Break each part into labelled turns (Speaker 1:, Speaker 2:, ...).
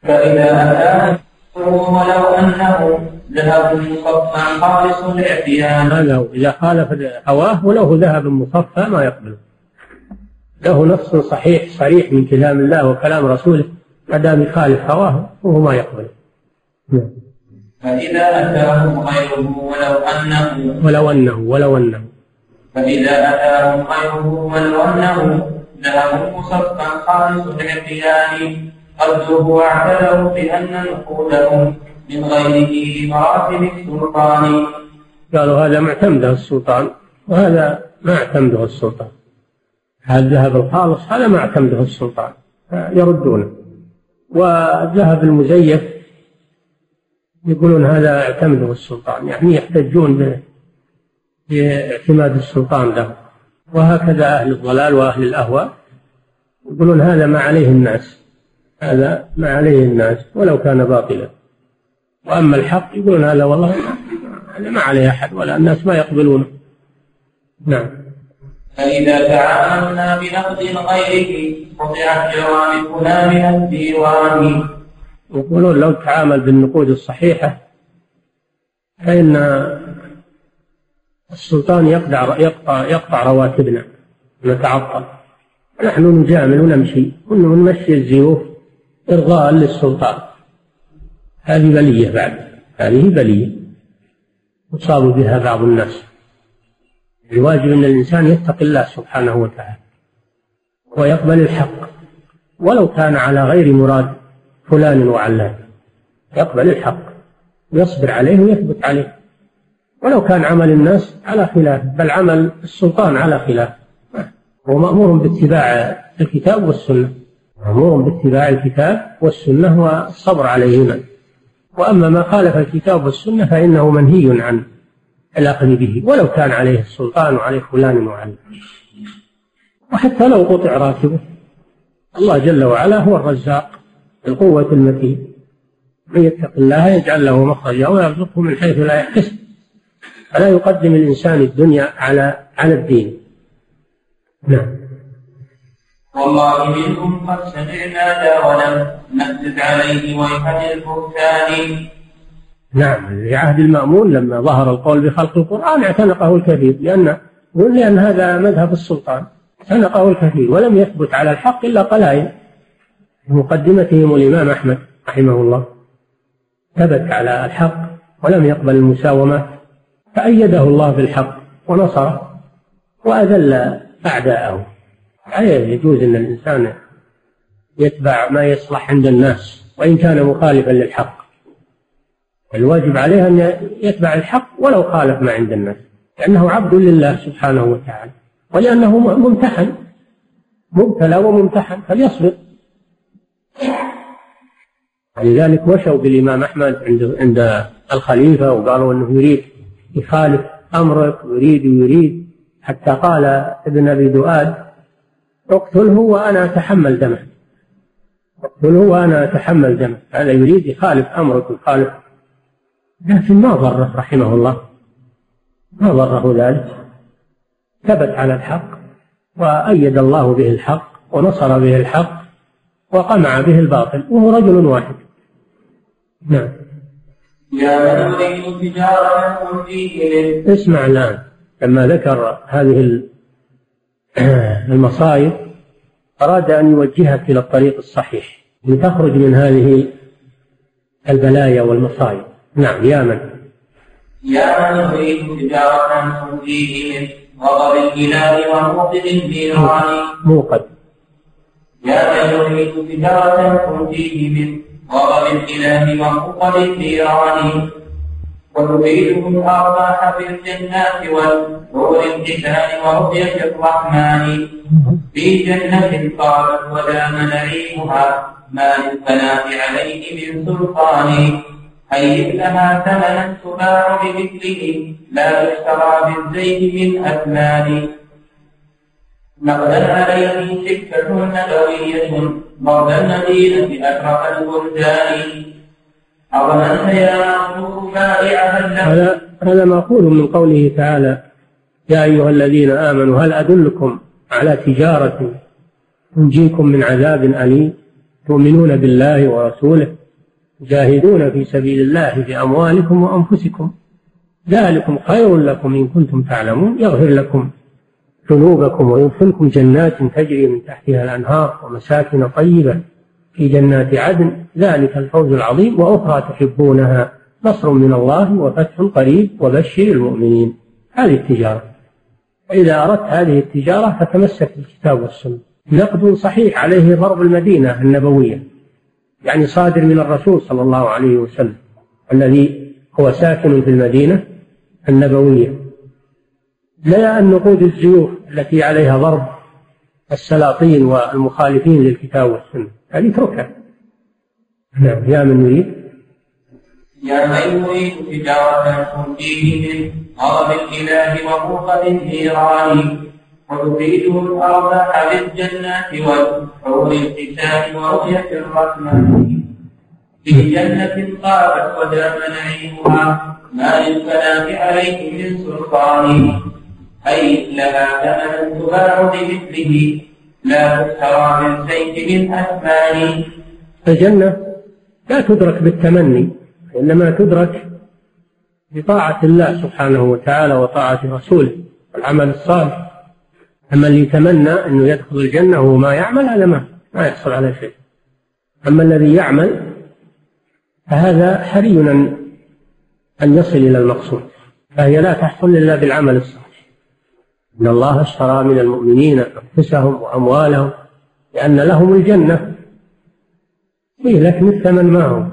Speaker 1: فإذا أتاه ولو أنه ذهب مصفى خالص الاعتيان.
Speaker 2: هذا إذا خالف هواه وله ذهب مصفى ما يقبله، له نص صحيح صريح من كلام الله وكلام رسوله، ما دام يخالف هواه وهو ما يقبله.
Speaker 1: فإذا أتاهم غيره
Speaker 2: ولو أنه
Speaker 1: فإذا أتاهم غيره ولو أنه ذهب مصفى خالص الاعتيان قدره واعتذروا بأن نقودهم من غيره لمراتب السلطان.
Speaker 2: قالوا هذا ما اعتمده السلطان وهذا ما اعتمده السلطان، هذا الذهب الخالص هذا ما اعتمده السلطان يردونه، والذهب المزيف يقولون هذا اعتمده السلطان، يعني يحتجون باعتماد السلطان له. وهكذا أهل الضلال وأهل الأهواء يقولون هذا ما عليه الناس، هذا ما عليه الناس ولو كان باطلا. وأما الحق يقولون هذا والله هذا ما عليه أحد ولا الناس ما يقبلونه. نعم.
Speaker 1: فإذا تعاملنا بنقد غيره قطعت جوانبنا من الديوان.
Speaker 2: يقولون لو تعامل بالنقود الصحيحة فإن السلطان يقطع رواتبنا نتعطل، نحن نجامل ونمشي ونمشي الزيوف إرضاء للسلطان. هذه بلية بعد، هذه بلية يصاب بها بعض الناس. الواجب أن الإنسان يتقي الله سبحانه وتعالى ويقبل الحق ولو كان على غير مراد فلان وعلان، يقبل الحق ويصبر عليه ويثبت عليه ولو كان عمل الناس على خلاف، بل عمل السلطان على خلاف. هو مأمور باتباع الكتاب والسنة، مأمور باتباع الكتاب والسنة والصبر عليهما. وأما ما خالف الكتاب والسنة فإنه منهي عن الأخذ به ولو كان عليه السلطان وعليه فلان وعلان. وحتى لو قطع راتبه الله جل وعلا هو الرزاق القوة المتين، من يتق الله يجعل له مخرجا ويرزقه من حيث لا يحتسب. فلا يقدم الإنسان الدنيا على الدين. نعم.
Speaker 1: والله منهم قد سمعنا دا ولم نحدث عليه ويحد البهتان.
Speaker 2: نعم. في عهد المأمون لما ظهر القول بخلق القرآن اعتنقه الكثير، لأن هذا مذهب السلطان، اعتنقه الكثير ولم يثبت على الحق إلا قلائل، مقدمتهم الإمام أحمد رحمه الله ثبت على الحق ولم يقبل المساومة، فأيده الله بالحق ونصره وأذل أعداءه. يجوز أن الإنسان يتبع ما يصلح عند الناس وإن كان مخالفا للحق، الواجب عليه أن يتبع الحق ولو خالف ما عند الناس، لأنه عبد لله سبحانه وتعالى، ولأنه ممتحن مبتلى وممتحن فليصبر. ولذلك وشوا بالإمام أحمد عند الخليفة وقالوا أنه يريد يخالف أمرك ويريد حتى قال ابن أبي دؤاد اقتله وأنا أتحمل دمه، اقتله وأنا أتحمل دمه. هذا يريد يخالف أمرك ويخالف، لكن ما ضره رحمه الله، ما ضره ذلك، ثبت على الحق وأيد الله به الحق ونصر به الحق وقمع به الباطل، وهو رجل واحد. نعم.
Speaker 1: يا من يريد تجارة فيه.
Speaker 2: اسمع الآن لما ذكر هذه المصائب أراد أن يوجهك إلى الطريق الصحيح لتخرج من هذه البلايا والمصائب. نعم. يا من
Speaker 1: يريد تجارة فيه من غضب الإله وموقد النيران.
Speaker 2: موقد.
Speaker 1: يا من يريد تجارة فيه من غضب الإله وموقد النيران، وتريد الأرباح في الجنات والنور الحسان ورؤية الرحمن في جنة طابت ودام نعيمها ما للفناء عليه من سلطان. هيئ لها ثمنا تباع بمثله لا يشترى بالزيت من أثمان. نقدا عليه شكة نبوية مرضى المدينة أشرف البلدان.
Speaker 2: هذا مأخوذ من قوله تعالى يا أيها الذين آمنوا هل أدلكم على تجارة تنجيكم من عذاب أليم تؤمنون بالله ورسوله تجاهدون في سبيل الله بأموالكم وأنفسكم ذلكم خير لكم إن كنتم تعلمون يغفر لكم ذنوبكم ويدخلكم جنات تجري من تحتها الأنهار ومساكن طيبة في جنات عدن ذلك الفوز العظيم وأخرى تحبونها نصر من الله وفتح قريب وبشر المؤمنين. هذه التجارة، وإذا أردت هذه التجارة فتمسك بالكتاب والسنة. نقد صحيح عليه ضرب المدينة النبوية، يعني صادر من الرسول صلى الله عليه وسلم الذي هو ساكن في المدينة النبوية، لا النقود الزيوف التي عليها ضرب السلاطين والمخالفين للكتاب والسنة، هذه اتركها. نعم. يا من يريد
Speaker 1: تجارة تنجيه من غضب الإله وغرفة النيران وتفيده الأرباح للجنات والحور الختان ورؤية الرحمن في جنة طابت ودام نعيمها ما للكلام عليه من سلطان أي لها ثمن تباع بمثله لا تشترى من زيت من أثمان.
Speaker 2: الجنة لا تدرك بالتمني، إنما تدرك بطاعة الله سبحانه وتعالى وطاعة رسوله والعمل الصالح. أما اللي يتمنى أنه يدخل الجنة وهو ما يعمل هذا ما يحصل على شيء. أما الذي يعمل فهذا حري أن يصل إلى المقصود، فهي لا تحصل إلا بالعمل الصالح. إن الله اشترى من المؤمنين أنفسهم وأموالهم لأن لهم الجنة، لكن الثمن ما هو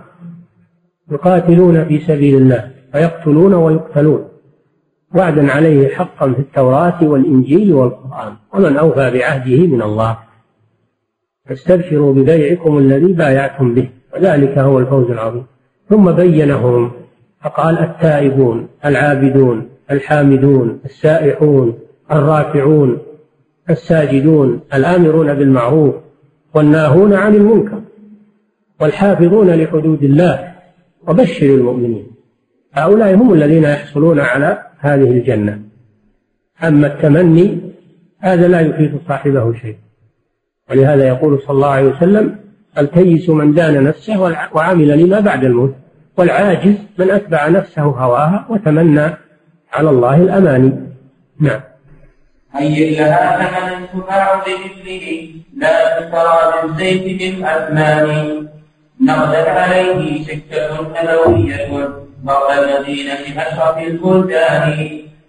Speaker 2: يقاتلون في سبيل الله فيقتلون ويقتلون وعدا عليه حقا في التوراة والإنجيل والقرآن ومن أوفى بعهده من الله فاستبشروا ببيعكم الذي بايعتم به وذلك هو الفوز العظيم. ثم بينهم فقال التائبون العابدون الحامدون السائحون الراكعون الساجدون الآمرون بالمعروف والناهون عن المنكر والحافظون لحدود الله وبشر المؤمنين. هؤلاء هم الذين يحصلون على هذه الجنة. أما التمني هذا لا يفيد صاحبه شيء، ولهذا يقول صلى الله عليه وسلم الكيس من دان نفسه وعمل لما بعد الموت، والعاجز من أتبع نفسه هواها وتمنى على الله الأماني. نعم.
Speaker 1: أي لها ثمن تباع بمثله لا تشترى بالزيت من أثمان نقدت عليه سكة نبوية بعد المدينة أشرف البلدان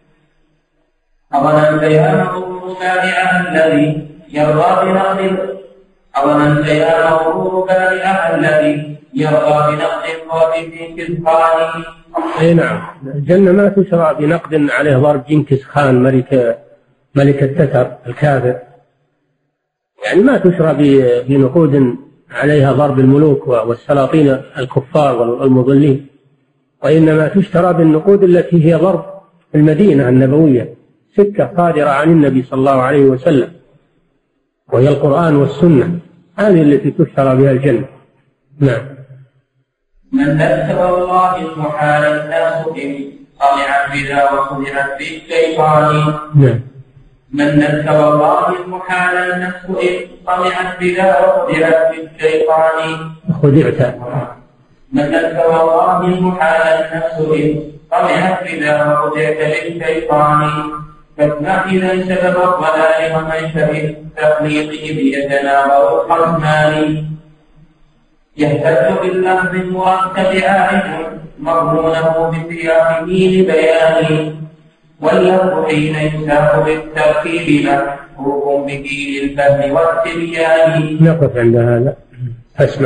Speaker 1: أظنا بيانه بارعها الذي يرضى بنقد أظنا بيانه بارعها الذي يرضى بنقد القوم في كذبان.
Speaker 2: أي نعم. الجنة ما تشرى بنقد عليه ضرب جنكيز خان ملك التتر الكافر، يعني ما تشرى بنقود عليها ضرب الملوك والسلاطين الكفار والمضلين، وإنما تشترى بالنقود التي هي ضرب المدينة النبوية، سكة صادرة عن النبي صلى الله عليه وسلم وهي القرآن والسنة، هذه التي تشترى بها الجنة. نعم.
Speaker 1: من ذكر الله المحال الناس به طمعت بذا وخدعت بالشيطان.
Speaker 2: نعم.
Speaker 1: من ذكر الله المحال النفس إذ طمعت بذا وخدعت بالشيطان.
Speaker 2: خدعت.
Speaker 1: من ذكر الله المحال النفس إذ طمعت بذا وخدعت بالشيطان فاسمع إذا سبب الضلال ومنشأ التخليق إذ يتناظر الخصمان يهتز باللفظ المرتب عائد مضمونه بسياقه لبيان واللفظ حين يساق بالتركيب محفوظ به للفهم والتبيان.
Speaker 2: نقف عند هذا. أسمع.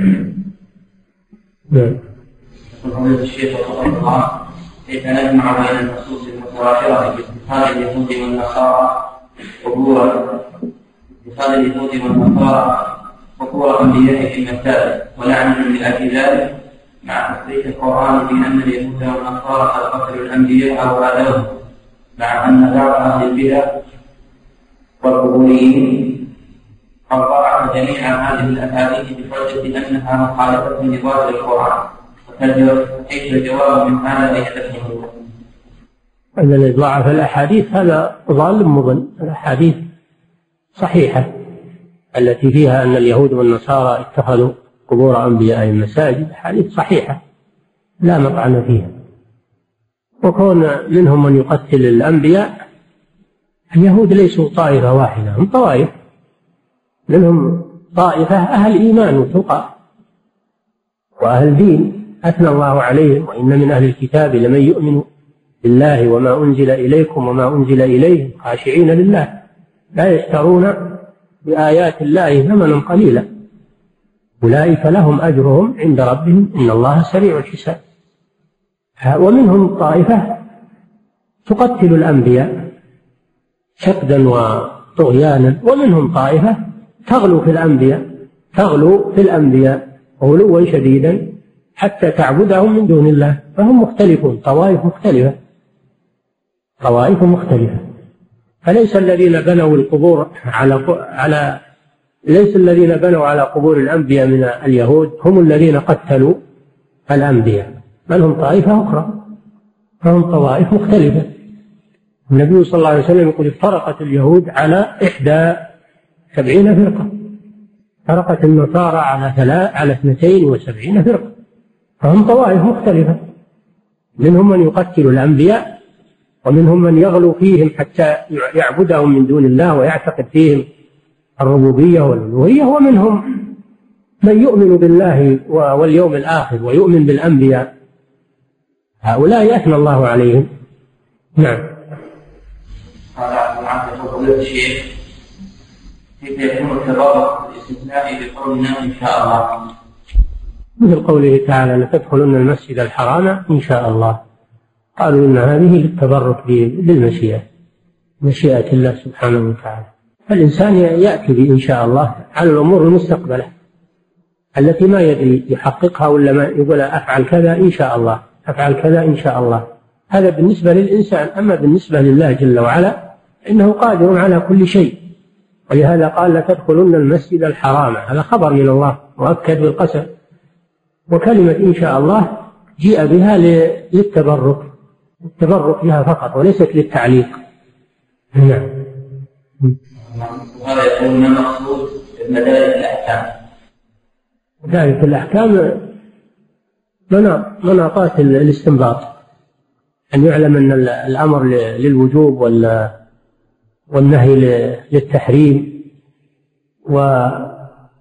Speaker 2: نعم.
Speaker 1: فضيلة الشيخ رحمه الله كيف نجمع بين النصوص المتواترة باتخاذ اليهود والنصارى وقبور أنبيائهم المساجد ولعنهم لأجل ذلك مع تصريح القرآن بأن اليهود والنصارى قد قتلوا الأنبياء وآذوهم مع أن بعض أهل البدع والقبوريين قد ضاعف جميع هذه الأحاديث بحجة أنها مخالفة لظاهر القرآن. كيف الجواب من هذا ليس تفهمون؟
Speaker 2: أن الذي ضاعف الأحاديث هذا ظالم مضل. الأحاديث صحيحة التي فيها أن اليهود والنصارى اتخذوا قبور أنبيائهم مساجد حديث صحيحة لا مطعن فيها. وكون منهم من يقتل الأنبياء، اليهود ليسوا طائفة واحدة، هم طوائف، منهم طائفة أهل إيمان وتقى وأهل دين أثنى الله عليهم، وإن من أهل الكتاب لمن يؤمن بالله وما أنزل إليكم وما أنزل إليهم خاشعين لله لا يشترون بآيات الله ثمنا قليلا أولئك لهم أجرهم عند ربهم إن الله سريع الحساب. ومنهم طائفة تقتل الأنبياء شقدا وطغيانا، ومنهم طائفة تغلو في الأنبياء غلوا شديدا حتى تعبدهم من دون الله، فهم مختلفون، طوائف مختلفة. فليس الذين بنوا القبور ليس الذين بنوا على قبور الأنبياء من اليهود هم الذين قتلوا الأنبياء، بل هم طائفة أخرى، فهم طوائف مختلفة. النبي صلى الله عليه وسلم يقول افترقت اليهود على 71 فرقة، فرقت النصارى على 72 فرقة، فهم طوائف مختلفة، منهم من يقتل الأنبياء ومنهم من يغلو فيهم حتى يعبدهم من دون الله ويعتقد فيهم الربوبية والألوهية، ومنهم من يؤمن بالله واليوم الآخر ويؤمن بالأنبياء، هؤلاء أثنى الله عليهم. نعم.
Speaker 1: قال عن فضيلة الشيخ كيف يكون التبرك بالاستثناء بقولنا إن شاء الله؟
Speaker 2: مثل قوله تعالى لتدخلن المسجد الحرام إن شاء الله، قالوا إن هذه للتبرك بالمشيئة، مشيئة الله سبحانه وتعالى. فالإنسان يأتي بإن شاء الله على الأمور المستقبلة التي ما يدري يحققها ولا ما يقول أفعل كذا إن شاء الله، أفعل كذا إن شاء الله. هذا بالنسبة للإنسان، أما بالنسبة لله جل وعلا إنه قادر على كل شيء، ولهذا قال لتدخلن المسجد الحرام، هذا خبر من الله مؤكد بالقسم، وكلمة إن شاء الله جيء بها للتبرك، التبرك بها فقط وليست للتعليق. نعم.
Speaker 1: وهذا يكون ما مقصود مدارك الأحكام.
Speaker 2: مدارك الأحكام مناطات الاستنباط، أن يعلم أن الأمر للوجوب والنهي للتحريم، وأن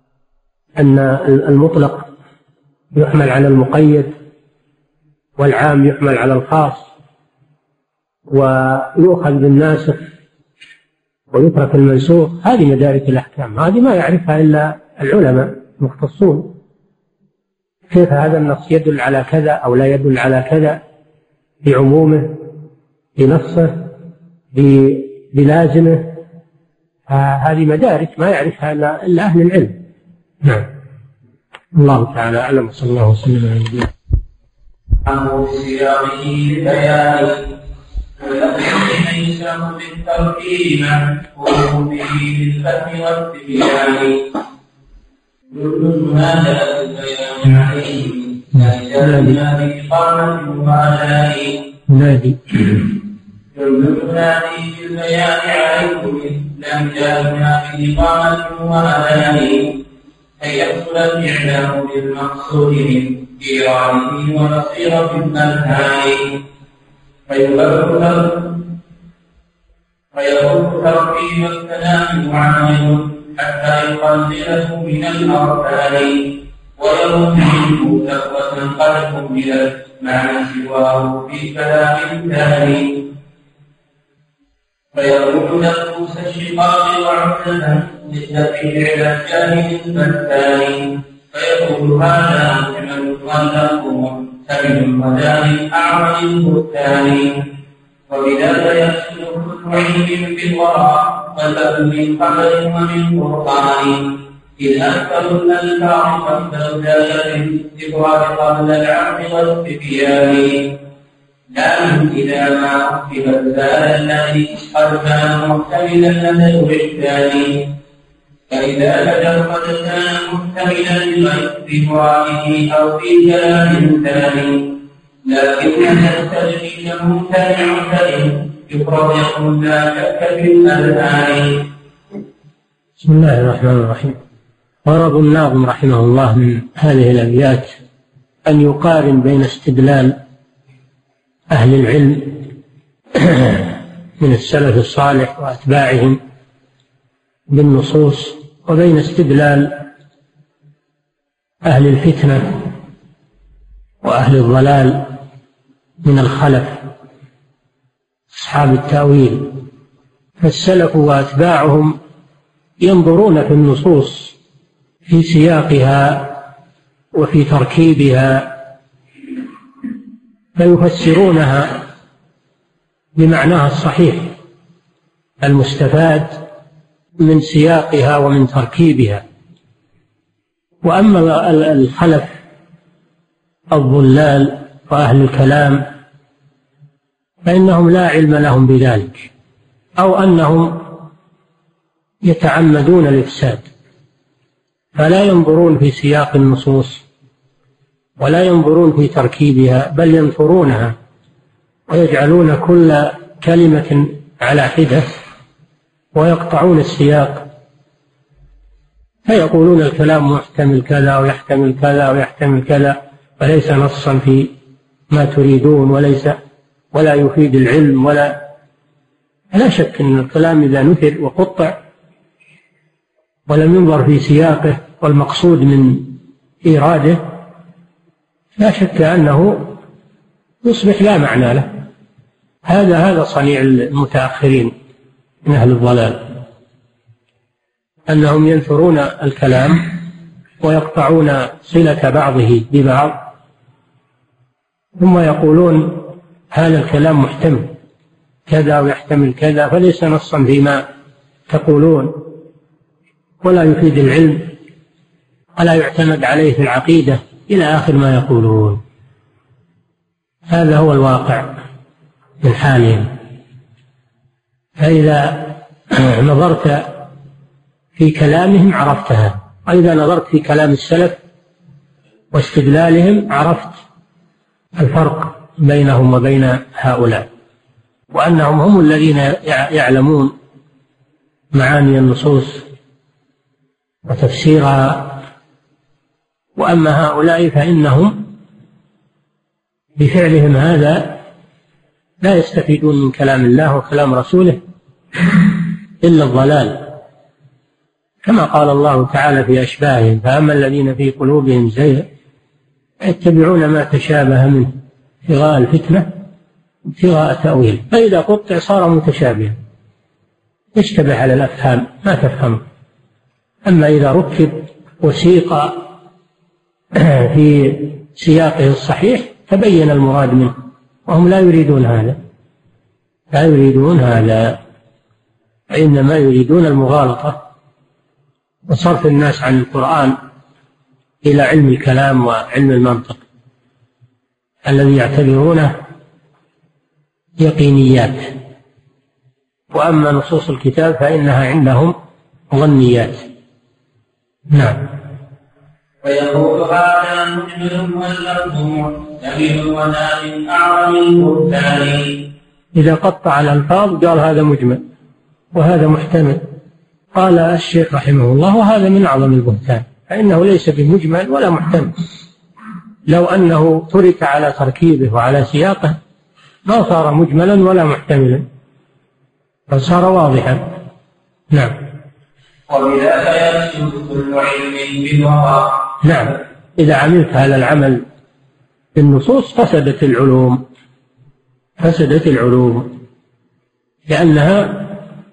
Speaker 2: المطلق يحمل على المقيد والعام يحمل على الخاص، ويؤخذ بالناسخ ويترك المنسوخ. هذه مدارك الأحكام، هذه ما يعرفها إلا العلماء المختصون، كيف هذا النص يدل على كذا أو لا يدل على كذا، بعمومه بنصه بلازمه، هذه مدارك ما يعرفها إلا أهل العلم. نعم. الله تعالى أعلم، صلى الله وسلم على نبينا
Speaker 1: عنه بسياقه لبيان الذي ليس بالتركيب محكوم به بالفهم والتبيان كل هذا البيان عليه لا يزالنا بإقامة وأداء
Speaker 2: نادي
Speaker 1: كل هذه البيان عليكم لا يزالنا بإقامة وأداء أن يحصل الإعلام بالمقصود من إيرانه وبصيرة الأذهان فيكون تركيب الكلام معامل حتى يقلله من الأركان ويرد منه لفظة قد كملت معنى سواه في كلام ثاني فيكون نفوس الشقاق وعقدا للتفعيل على الجاهل الفتان فيقول هذا محمد واللفظ محتمل وذلك أعمل البهتان وبذلك يحصل كل علم بالوراء والأب من قبل ومن قرآن إذ أكثر الألفاظ قبل بداية الذكرى قبل العقل والتبيان لكن إذا ما أكتب الزال الذي قد كان محتملا لدى الوجدان فإذا بدل قد كان محتملا لغير مراده أو في كلام ثاني لكن التجديد ممتنع فإن يقرأ يقول لا شك في الأذهان
Speaker 2: بسم الله الرحمن الرحيم. غرض الناظم رحمه الله من هذه الأبيات أن يقارن بين استدلال أهل العلم من السلف الصالح وأتباعهم بالنصوص وبين استدلال أهل الفتنة وأهل الضلال من الخلف أصحاب التأويل. فالسلف وأتباعهم ينظرون في النصوص في سياقها وفي تركيبها فيفسرونها بمعناها الصحيح المستفاد من سياقها ومن تركيبها. وأما الخلف الضلال وأهل الكلام فإنهم لا علم لهم بذلك، أو أنهم يتعمدون الإفساد، فلا ينظرون في سياق النصوص ولا ينظرون في تركيبها، بل ينثرونها ويجعلون كل كلمة على حدة ويقطعون السياق، فيقولون الكلام محتمل كذا ويحتمل كذا ويحتمل كذا، وليس نصا في ما تريدون ولا يفيد العلم لا شك أن الكلام إذا نثر وقطع ولم ينظر في سياقه والمقصود من إيراده لا شك أنه يصبح لا معنى له. هذا صنيع المتأخرين من أهل الضلال، أنهم ينثرون الكلام ويقطعون صلة بعضه ببعض، ثم يقولون هذا الكلام محتمل كذا ويحتمل كذا، فليس نصا فيما تقولون ولا يفيد العلم ولا يعتمد عليه في العقيدة إلى آخر ما يقولون. هذا هو الواقع من حالهم. فإذا نظرت في كلامهم عرفتها، وإذا نظرت في كلام السلف واستدلالهم عرفت الفرق بينهم وبين هؤلاء، وأنهم هم الذين يعلمون معاني النصوص وتفسيرها، وأما هؤلاء فإنهم بفعلهم هذا لا يستفيدون من كلام الله وكلام رسوله إلا الضلال، كما قال الله تعالى في أشباههم: فأما الذين في قلوبهم زيغ يتبعون ما تشابه منه ابتغاء الفتنة ابتغاء تأويله، فإذا قطع صار متشابها يشتبه على الأفهام ما تفهم. أما إذا ركب وسيق في سياقه الصحيح تبين المراد منه، وهم لا يريدون هذا، إنما يريدون المغالطة وصرف الناس عن القرآن إلى علم الكلام وعلم المنطق الذي يعتبرونه يقينيات، وأما نصوص الكتاب فإنها عندهم ظنيات. نعم.
Speaker 1: ويقول هذا مجمل واللفظ محتمل وذا من أعظم البهتان.
Speaker 2: إذا قطع الألفاظ قال هذا مجمل وهذا محتمل، قال الشيخ رحمه الله: وهذا من أعظم البهتان، فإنه ليس بمجمل ولا محتمل. لو أنه ترك على تركيبه وعلى سياقه ما صار مجملا ولا محتملا، بل صار واضحا. نعم.
Speaker 1: وبذلك يفسد كل علم بالوراء.
Speaker 2: نعم، إذا عملت هذا العمل بالنصوص فسدت العلوم لأنها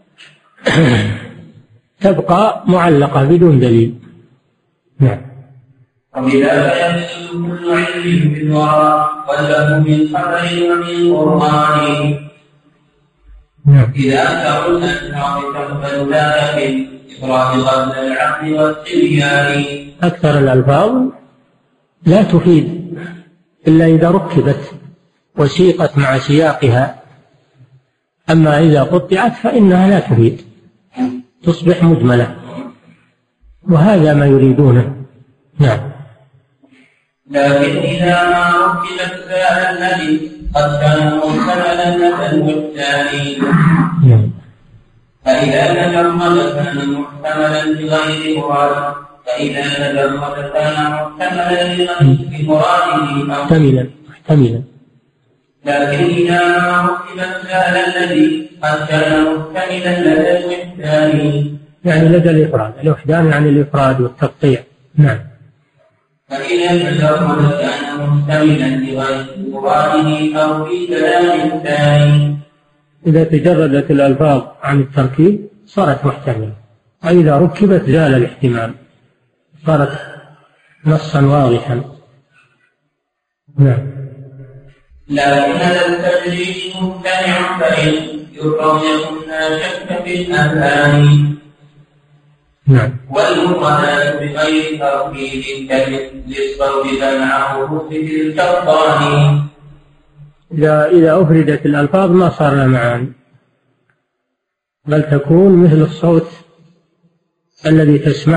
Speaker 2: تبقى معلقة بدون دليل. نعم.
Speaker 1: وبذلك يفسد كل علم بالوراء وله من خبر ومن قرآن. إذا أنكروا الأنكار تقبل ذلك إفراد قبل العقل والتبيان.
Speaker 2: أكثر الألفاظ لا تفيد إلا إذا ركبت وسيقت مع سياقها، أما إذا قطعت فإنها لا تفيد، تصبح مجملة، وهذا ما يريدونه. نعم.
Speaker 1: لكن إذا ما ركبت فعل الذي قد كان محتملا للبهتان. فإذا تجرد كان محتملا بغير مراد
Speaker 2: محتملا
Speaker 1: لكن إذا ما ركب السهل الذي قد كان محتملا لدى الوحدان،
Speaker 2: يعني لدى الإفراد، الوحدان عن الإفراد والتقطيع. نعم.
Speaker 1: فإذا تجرد كان محتملا لغير مراده أو في كلام ثاني.
Speaker 2: إذا تجردت الألفاظ عن التركيب صارت محتملة، وإذا ركبت زال الاحتمال، صارت نصا واضحا. نعم.
Speaker 1: لكن هذا التجريد ممتنع فإن يكره يكون شك في الأذهان.
Speaker 2: نعم.
Speaker 1: والمفردات بغير تركيب للصوت مع حروفه الكفران.
Speaker 2: إذا أفردت الألفاظ ما صار لها معاني، بل تكون مثل الصوت الذي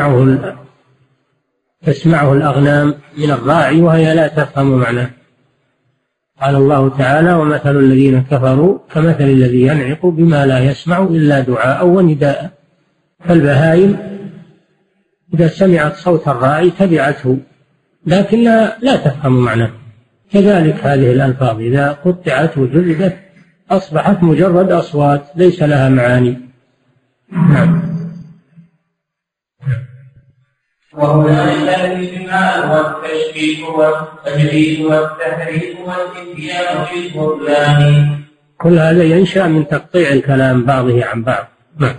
Speaker 2: تسمعه الأغنام من الراعي وهي لا تفهم معناه. قال الله تعالى: ومثل الذين كفروا كمثل الذي ينعق بما لا يسمع إلا دعاء ونداء. فالبهائم إذا سمعت صوت الراعي تبعته لكنها لا تفهم معناه. كذلك هذه الألفاظ إذا قطعت وجردت أصبحت مجرد أصوات ليس لها معاني. نعم.
Speaker 1: وهنا الإجمال والتشبيه والتجديد والتحريف والإتيان بالبطلان.
Speaker 2: كل هذا ينشأ من تقطيع الكلام بعضه عن بعض.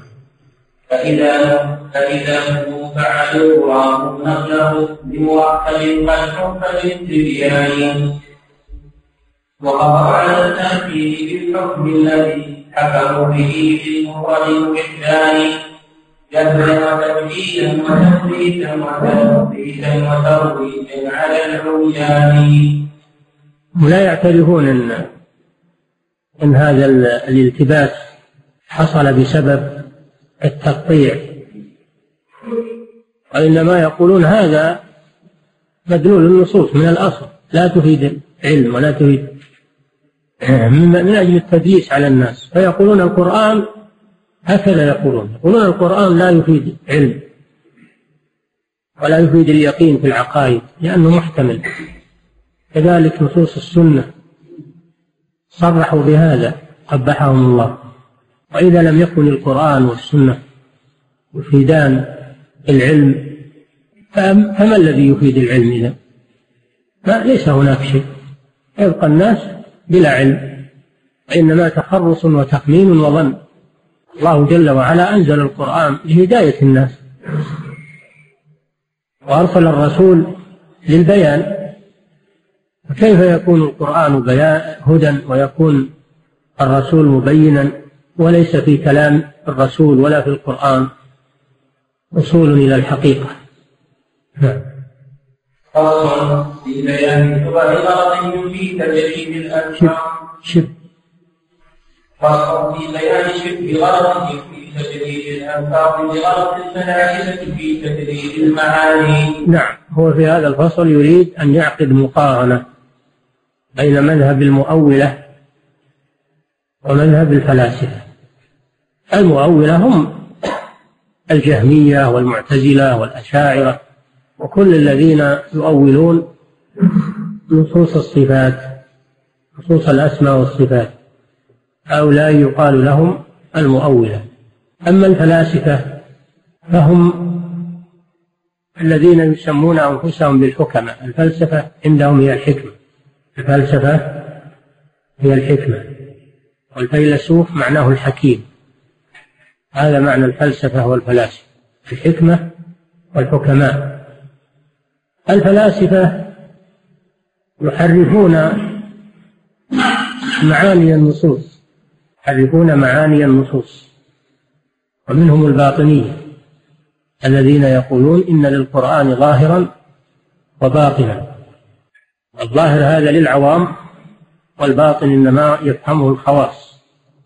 Speaker 1: فإذا فعلوا راهم نقله بموحد قد بالتبيان، وقضى على التأكيد بالحكم الذي حكموا به بالمفرد الوحدان، جهلا وتبديلا وتثبيتا وتثبيتا وترويجا على العريان.
Speaker 2: ولا يعترفون أن هذا الالتباس حصل بسبب التقطيع، وإنما يقولون هذا مدلول النصوص من الأصل، لا تفيد العلم ولا تفيد من أجل التدليس على الناس. فيقولون القرآن هكذا، يقولون القرآن لا يفيد علم ولا يفيد اليقين في العقائد لأنه محتمل. كذلك نصوص السنة صرحوا بهذا قبحهم الله. وإذا لم يكن القرآن والسنة يفيدان العلم فما الذي يفيد العلم إذا؟ ليس هناك شيء، يبقى الناس بلا علم، وإنما تخرص وتخمين وظن. الله جل وعلا أنزل القرآن لهداية الناس، وأرسل الرسول للبيان، فكيف يكون القرآن هدى ويكون الرسول مبينا وليس في كلام الرسول ولا في القرآن وصول إلى الحقيقة؟
Speaker 1: فصل في بيان غرض في تجريد الألفاظ. فصل في بيان شبه غرض في تجريد الألفاظ بغرض الملائكة في تجريد المعاني.
Speaker 2: نعم، هو في هذا الفصل يريد أن يعقد مقارنة بين مذهب المؤولة ومذهب الفلاسفة. المؤولة هم الجهمية والمعتزلة والأشاعرة وكل الذين يؤولون نصوص الصفات، نصوص الأسماء والصفات، هؤلاء يقال لهم المؤولة. أما الفلاسفة فهم الذين يسمون أنفسهم بالحكماء. الفلسفة عندهم هي الحكمة، الفلسفة هي الحكمة، والفيلسوف معناه الحكيم. هذا معنى الفلسفة والفلاسفة، الحكمة والحكماء. الفلاسفة يحرفون معاني النصوص، يحرفون معاني النصوص، ومنهم الباطنية الذين يقولون إن للقرآن ظاهرا وباطنا. الظاهر هذا للعوام، والباطن إنما يفهمه الخواص،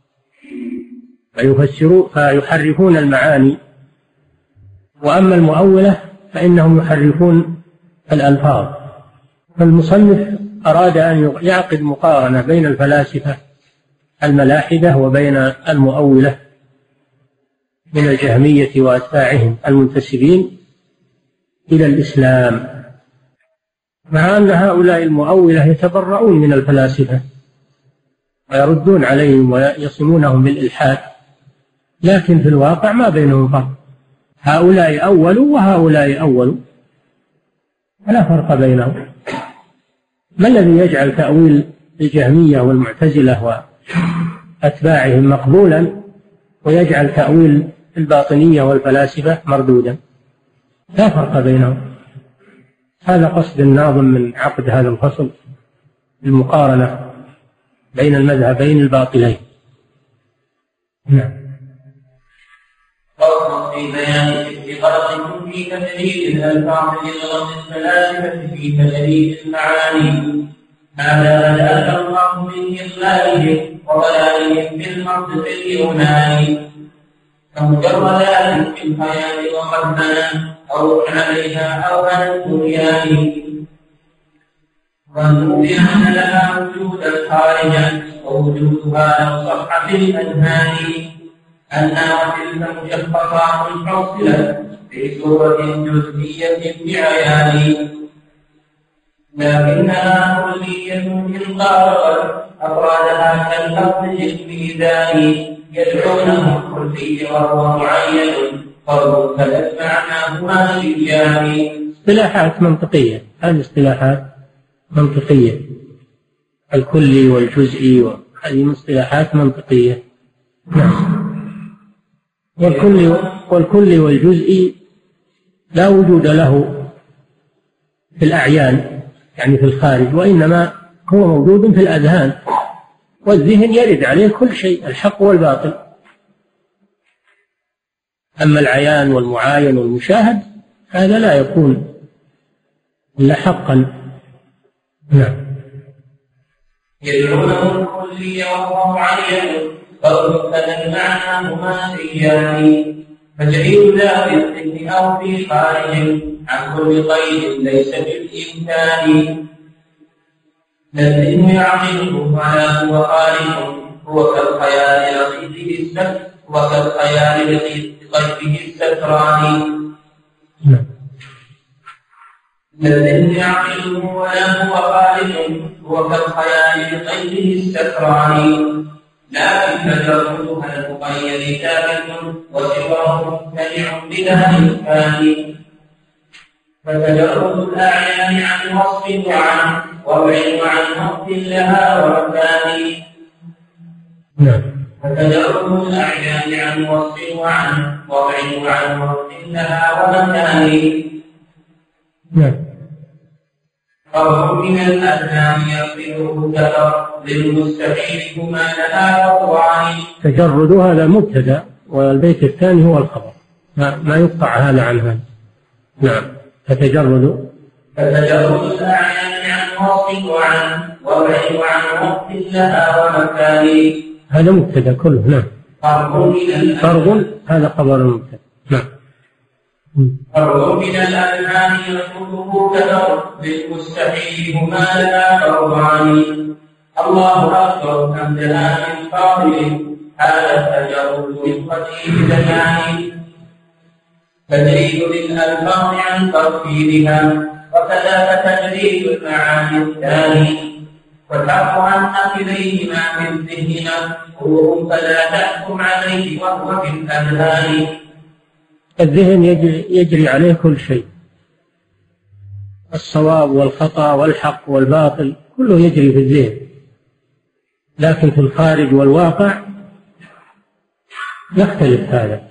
Speaker 2: فيحرفون المعاني. وأما المؤولة فإنهم يحرفون الألفاظ. فالمصنف أراد أن يعقد مقارنة بين الفلاسفة الملاحدة وبين المؤولة من الجهمية وأتباعهم المنتسبين إلى الإسلام، مع أن هؤلاء المؤولة يتبرؤون من الفلاسفة ويردون عليهم ويصمونهم بالإلحاد، لكن في الواقع ما بينهم فرق، هؤلاء أولوا وهؤلاء أولوا، فلا فرق بينهم. ما الذي يجعل تأويل الجهمية والمعتزلة وأتباعهم مقبولا ويجعل تأويل الباطنية والفلاسفة مردودا؟ لا فرق بينهم. هذا قصد الناظم من عقد هذا الفصل، المقارنة بين المذهبين الباطلين. نعم.
Speaker 1: فصل في بيان غلط في تجريد الألفاظ لغة الفلاسفة في تجريد المعاني. هذا بدأ الله من إضلالهم وضلالهم بالمنطق اليوناني، كمجردات في الخيال وقد بنى أو عليها أوهن الدنيان، ظنوا بأن لها وجودا خارجا ووجودها لو صح في الأذهان، أنها وتلك مشخصات حصلت في صورة جزئية بعيان، لكنها كلية إن قاربت أفرادها كاللفظ في الميزان، يدعونه كلي وهو معين فرد فلت معناهما شيئان.
Speaker 2: اصطلاحات منطقية، هذه اصطلاحات منطقية، الكلي والجزئي هذه مصطلحات منطقية. نعم. والكلي والجزئي لا وجود له في الأعيان يعني في الخارج، وإنما هو موجود في الأذهان، والذهن يرد عليه كل شيء، الحق والباطل. أما العيان والمعاين والمشاهد هذا لا يكون إلا حقا. نعم.
Speaker 1: يدعونه الكلي وهو معين فرد فلن معناهما شيئان، فجعل ذا في الذهن أو في خارج عن كل قيد ليس بالإمكان، لا الذهن يعقله ولا هو خارج، هو كالخيال لغيبه السكر وكالخيال لغيبه السكران. لا الذهن يعقله ولا هو خارج، هو كالخيال لغيبه السكران، لكن تجردها المقيد ثابت وسواه ممتنع بلا إمكان، فتجرد الأعيان عن وصف وعن وضع وعن وقت لها ومكان. فتجرد الأعيان عن وصف وعن وضع وعن وقت لها ومكان. فرد من الأذهان يصله كفر للمستحيل كما لها وضعان.
Speaker 2: تجرد هذا مبتدأ والبيت الثاني هو الخبر، ما يقطع هذا عن هذا. نعم. فتجرد
Speaker 1: الأعيان عن وصف وعن وضع وعن وقت لها ومكان،
Speaker 2: هذا مبتدأ كله. نعم. فرض هذا خبر مبتدأ. نعم.
Speaker 1: فرض من الأذهان يصله كفر للمستحيل هما لا فرضان. الله أكبر أمدها من فاضل هذا التجرد بالقتيل زمان، تجريد للألفاظ عن ترتيبها وكذاك تجريد المعاني الثاني، والحق أن إليهما في الذهن مفهوم فلا تحكم عليه وهو في الأذهان.
Speaker 2: الذهن يجري عليه كل شيء، الصواب والخطأ والحق والباطل كله يجري في الذهن، لكن في الخارج والواقع يختلف هذا.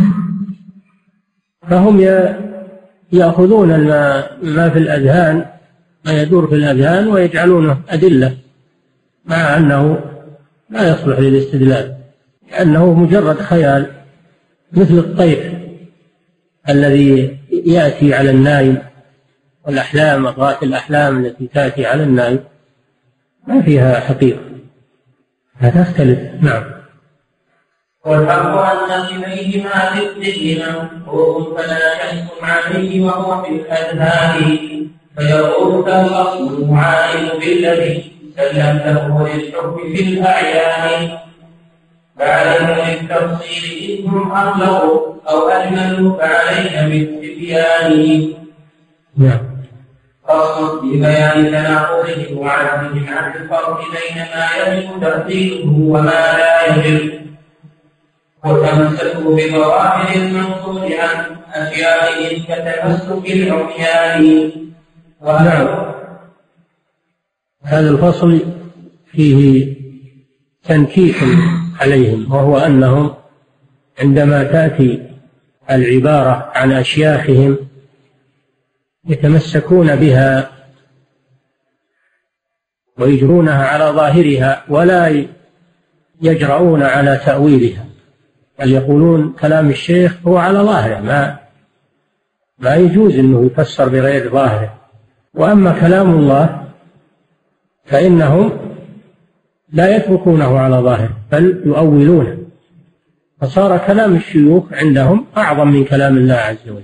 Speaker 2: فهم يأخذون ما في الأذهان، ما يدور في الأذهان، ويجعلونه أدلة، مع أنه لا يصلح للاستدلال، لأنه مجرد خيال مثل الطير الذي يأتي على النائم، والأحلام أضغاث الأحلام التي تأتي على النائم ما فيها حقيقة، هذا تختلف. نعم.
Speaker 1: والحق أن إليهما في الذهن مفهوم فلا يحكم عليه وهو في الأذهان، فيقول كالأصل المعارض بالذي سلمته للحكم في الأعيان، فعليك بالتفصيل إن هم أبلغوا أو أجملوا فعليك بالتبيان. فصل في بيان تناقضه وعدمه عن الفرق بين ما يجب تأثيره وما لا يجب، وتمسكوا بظواهر المنقول عن أشيائهم كتمسك العميان.
Speaker 2: هذا الفصل فيه تنكيت عليهم، وهو أنهم عندما تأتي العبارة عن أشياخهم يتمسكون بها ويجرونها على ظاهرها ولا يجرؤون على تأويلها، بل يقولون كلام الشيخ هو على ظاهره، ما يجوز أنه يفسر بغير ظاهره. وأما كلام الله فإنهم لا يتركونه على ظاهره بل يؤولونه، فصار كلام الشيوخ عندهم أعظم من كلام الله عز وجل.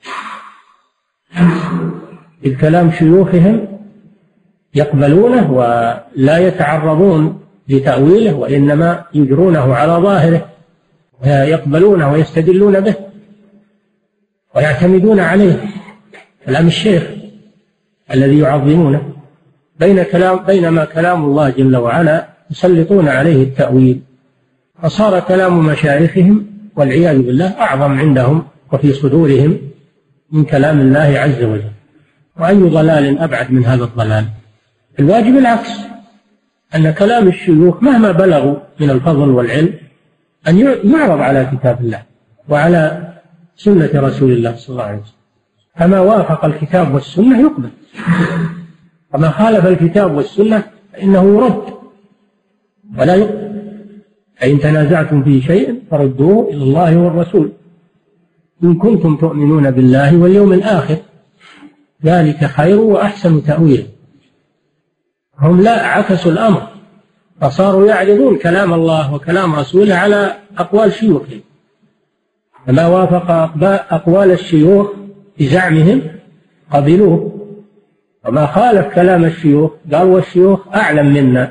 Speaker 2: إذ كلام شيوخهم يقبلونه ولا يتعرضون لتأويله، وإنما يجرونه على ظاهره ويقبلونه ويستدلون به ويعتمدون عليه، كلام الشيخ الذي يعظمونه، بينما كلام الله جل وعلا يسلطون عليه التأويل، فصار كلام مشايخهم والعياذ بالله أعظم عندهم وفي صدورهم من كلام الله عز وجل. وأي ضلال أبعد من هذا الضلال؟ الواجب العكس، أن كلام الشيوخ مهما بلغوا من الفضل والعلم أن يعرض على كتاب الله وعلى سنة رسول الله صلى الله عليه وسلم، فما وافق الكتاب والسنة يقبل، وما خالف الكتاب والسنة فإنه يرد ولا يقبل. فإن تنازعتم في شيء فردوه إلى الله والرسول إن كنتم تؤمنون بالله واليوم الآخر، ذلك خير وأحسن تأويل. هم لا عكسوا الأمر، فصاروا يعرضون كلام الله وكلام رسوله على أقوال شيوخهم، فما وافق أقوال الشيوخ بزعمهم قبلوه، وما خالف كلام الشيوخ قالوا الشيوخ أعلم منا،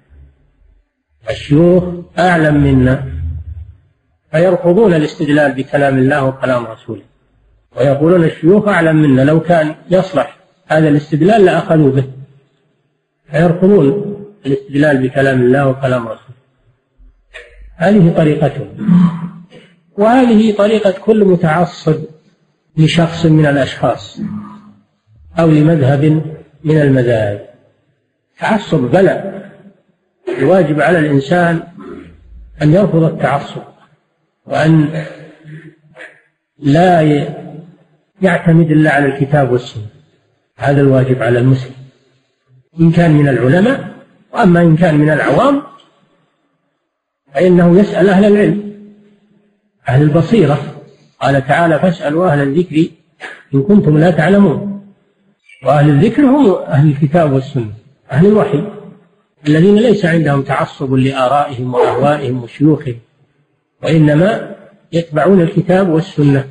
Speaker 2: الشيوخ أعلم منا، فيرفضون الاستدلال بكلام الله وكلام رسوله، ويقولون الشيوخ أعلم منا، لو كان يصلح هذا الاستدلال لأخذوا به، فيرفضون الاستدلال بكلام الله وكلام رسوله. هذه طريقتهم، وهذه طريقة كل متعصب لشخص من الأشخاص أو لمذهب من المذاهب. تعصب بلى، الواجب على الإنسان أن يرفض التعصب، وأن لا يعتمد إلا على الكتاب والسنة، هذا الواجب على المسلم إن كان من العلماء. وأما إن كان من العوام فإنه يسأل أهل العلم أهل البصيرة، قال تعالى فاسألوا أهل الذكر إن كنتم لا تعلمون، وأهل الذكر هم أهل الكتاب والسنة، أهل الوحي الذين ليس عندهم تعصب لآرائهم وأهوائهم وشيوخهم، وإنما يتبعون الكتاب والسنة،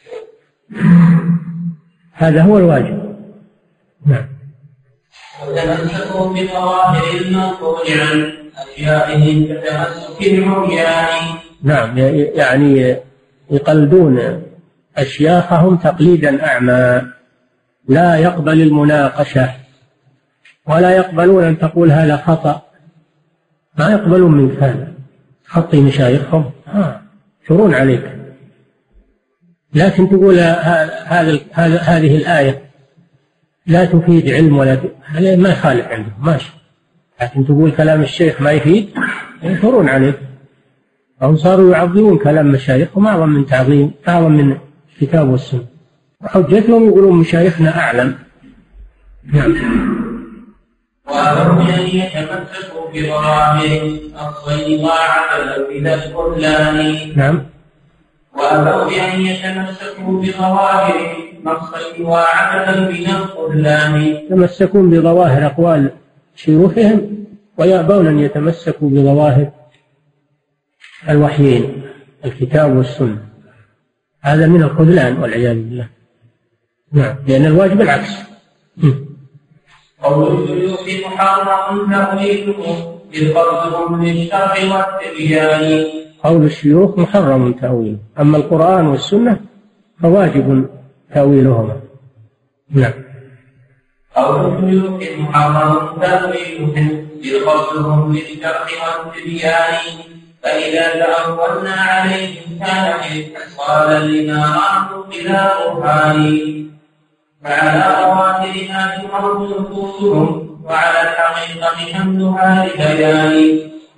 Speaker 2: هذا هو الواجب. نعم.
Speaker 1: وتمسكوا بظواهر المنقول عن أشيائهم كتمسك العميان.
Speaker 2: نعم، يعني يقلدون أشياخهم تقليدا أعمى، لا يقبل المناقشة ولا يقبلون أن تقول هذا خطأ، ما يقبلون منك هذا خطي مشايخهم، يشورون عليك. لكن تقول هذه الآية لا تفيد علم ولا هذا ما يخالف عندهم ماشي، لكن تقول كلام الشيخ ما يفيد، يشورون عليك. هم صاروا يعظمون كلام مشايخهم أعظم من تعظيم، أعظم من الكتاب والسنة، وحجتهم يقولون مشايخنا أعلم. نعم.
Speaker 1: وأمروا أن يتمسكوا بظواهر الصيد وعدل إلى الخذلان.
Speaker 2: نعم.
Speaker 1: وأمروا أن يتمسكوا بظواهر الصيد وعدل إلى الخذلان.
Speaker 2: يتمسكون بظواهر أقوال شيوخهم ويأبون أن يتمسكوا بظواهر الوحيين الكتاب والسنة، هذا من الخذلان والعياذ بالله. نعم، لأن الواجب العكس.
Speaker 1: قول الشيوخ محرم تأويله إذ قصدهم للشرع والتبيان.
Speaker 2: قول الشيوخ محرم تأويله، أما القرآن والسنة فواجب تأويلهما. نعم.
Speaker 1: قول الشيوخ محرم تأويلهم إذ قصدهم للشرع والتبيان. فإذا تأولنا عليهم كان إحصالا لما رأوا بلا برهان. فعلى رواتبها تمر نفوسهم وعلى الحقيقة حمدها لبيان.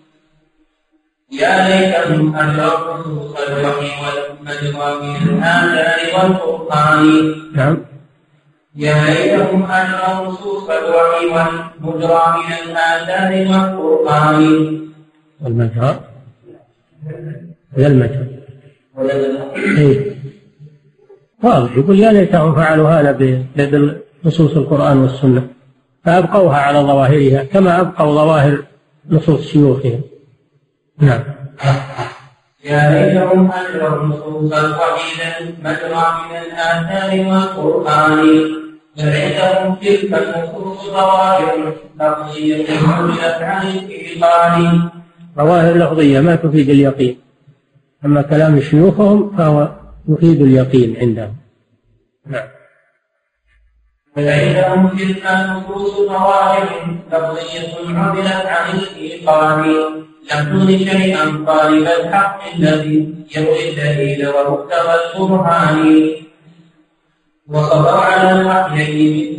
Speaker 1: يا ليتهم أجروا نصوص الوحي والمجرى من الآثار والقرآن.
Speaker 2: نعم.
Speaker 1: يا ليتهم أجروا نصوص الوحي والمجرى من الآثار والقرآن.
Speaker 2: والمجرى لا المجرى. واضح، يقول يا ليتهم فعلوا هذا بنصوص القرآن والسنة فأبقوها على ظواهرها كما أبقوا ظواهر نصوص شيوخهم. نعم.
Speaker 1: يا ليتهم أجروا نصوص الوحي المجرى من الآثار والقرآن. فعندهم تلك النصوص ظواهر لفظية حملت عن الإيقان.
Speaker 2: ظواهر لفظية ما تفيد اليقين، أما كلام شيوخهم فهو يفيد اليقين عندهم. نعم.
Speaker 1: فعندهم تلك النصوص ظواهر لفظية حملت عن الإيقان. لم تغن شيئا طالب الحق الذي يروي الدليل ومقتضى البرهان. وصبروا على الوحيين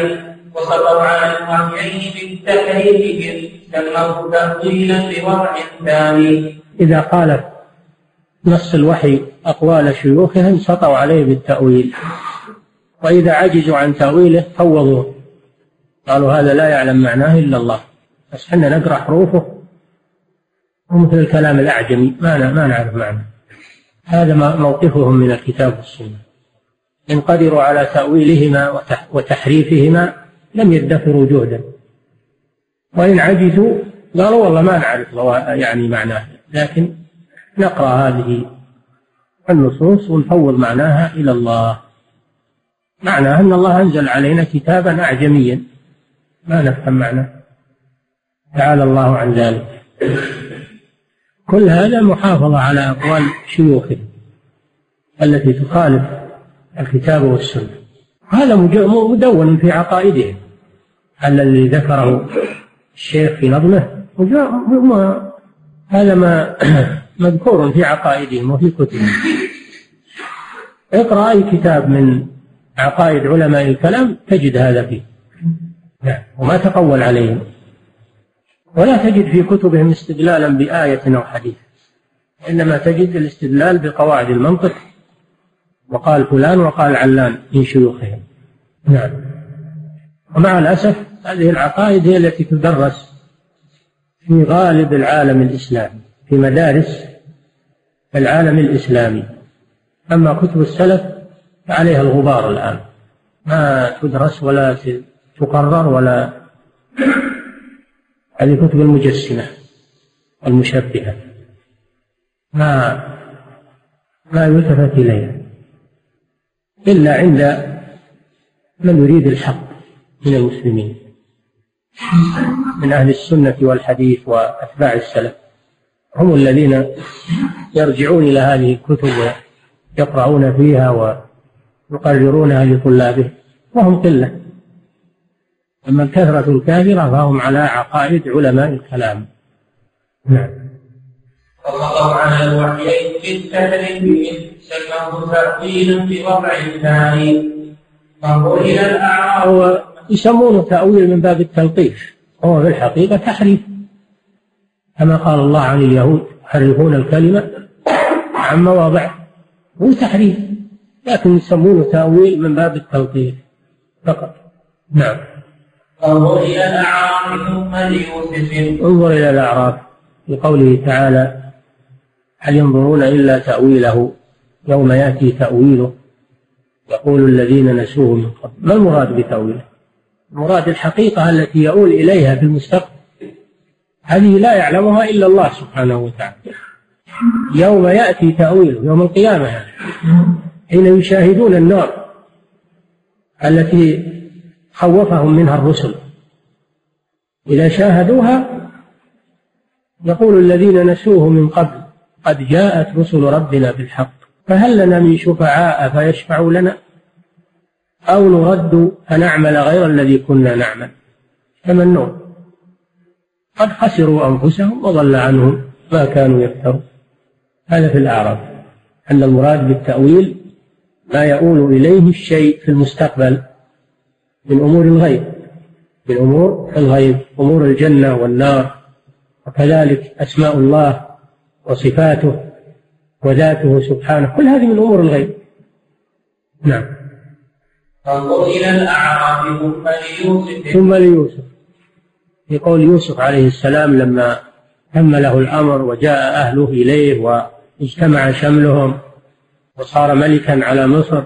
Speaker 1: بالتحريف سموه تأويلا بوضع ثاني.
Speaker 2: إذا خالف نص الوحي أقوال شيوخهم سطوا عليه بالتأويل، وإذا عجزوا عن تأويله فوضوه، قالوا هذا لا يعلم معناه إلا الله، بس حنا نقرأ حروفه ومثل الكلام الأعجمي ما نعرف معناه. هذا موقفهم من الكتاب والسنة. إن قدروا على تأويلهما وتحريفهما لم يدخروا جهدا، وإن عجزوا قالوا والله ما نعرف يعني معناه، لكن نقرأ هذه النصوص ونفوض معناها إلى الله. معناه أن الله أنزل علينا كتابا أعجميا ما نفهم معناه، تعالى الله عن ذلك. كل هذا محافظة على أقوال شيوخهم التي تخالف الكتاب والسنة. هذا مدون في عقائدهم، الذي ذكره الشيخ في نظمه هذا ما مذكور في عقائدهم وفي كتبهم. اقرأ أي كتاب من عقائد علماء الكلام تجد هذا فيه، وما تقول عليهم، ولا تجد في كتبهم استدلالا بآية أو حديث، إنما تجد الاستدلال بقواعد المنطق، وقال فلان وقال علان من شيوخهم. نعم. ومع الأسف هذه العقائد هي التي تدرس في غالب العالم الإسلامي، في مدارس العالم الإسلامي. أما كتب السلف فعليها الغبار الآن، ما تدرس ولا تقرر، ولا هذه كتب المجسمة المشبهة ما يلتفت إليها إلا عند من يريد الحق من المسلمين من أهل السنة والحديث وأتباع السلف، هم الذين يرجعون إلى هذه الكتب ويقرؤون فيها ويقررونها لطلابهم، وهم قلة. أما الكثرة الكافرة فهم على عقائد علماء الكلام. نعم.
Speaker 1: وقضوا على الوحيين بالتحريف سموه تأويلا بوضع ثاني. فانظر إلى الأعراض.
Speaker 2: يسمونه تأويل من باب التلطيف، هو في الحقيقة تحريف، كما قال الله عن اليهود يحرفون الكلمة عن مواضعه، هو تحريف، لكن يسمونه تأويل من باب التلطيف فقط. نعم.
Speaker 1: انظر إلى الأعراف ثم ليوسف.
Speaker 2: انظر إلى الأعراف لقوله تعالى هل ينظرون إلا تأويله يوم يأتي تأويله يقول الذين نسوه من قبل. ما المراد بتأويله؟ المراد الحقيقة التي يؤول إليها في المستقبل، هذه لا يعلمها إلا الله سبحانه وتعالى. يوم يأتي تأويله يوم القيامة، حين يشاهدون النار التي خوفهم منها الرسل، إذا شاهدوها يقول الذين نسوه من قبل قد جاءت رسل ربنا بالحق فهل لنا من شفعاء فيشفعوا لنا أو نرد فنعمل غير الذي كنا نعمل. تمنون قد خسروا أنفسهم وضل عنهم ما كانوا يفترون. هذا في الأعراف أن المراد بالتأويل ما يؤول إليه الشيء في المستقبل من أمور الغيب، من أمور الغيب، أمور الجنة والنار، وكذلك أسماء الله وصفاته وذاته سبحانه، كل هذه من أمور الغيب. نعم.
Speaker 1: فانظر إلى الأعراف
Speaker 2: ثم ليوسف في قول يوسف عليه السلام لما تم له الأمر وجاء أهله إليه واجتمع شملهم وصار ملكا على مصر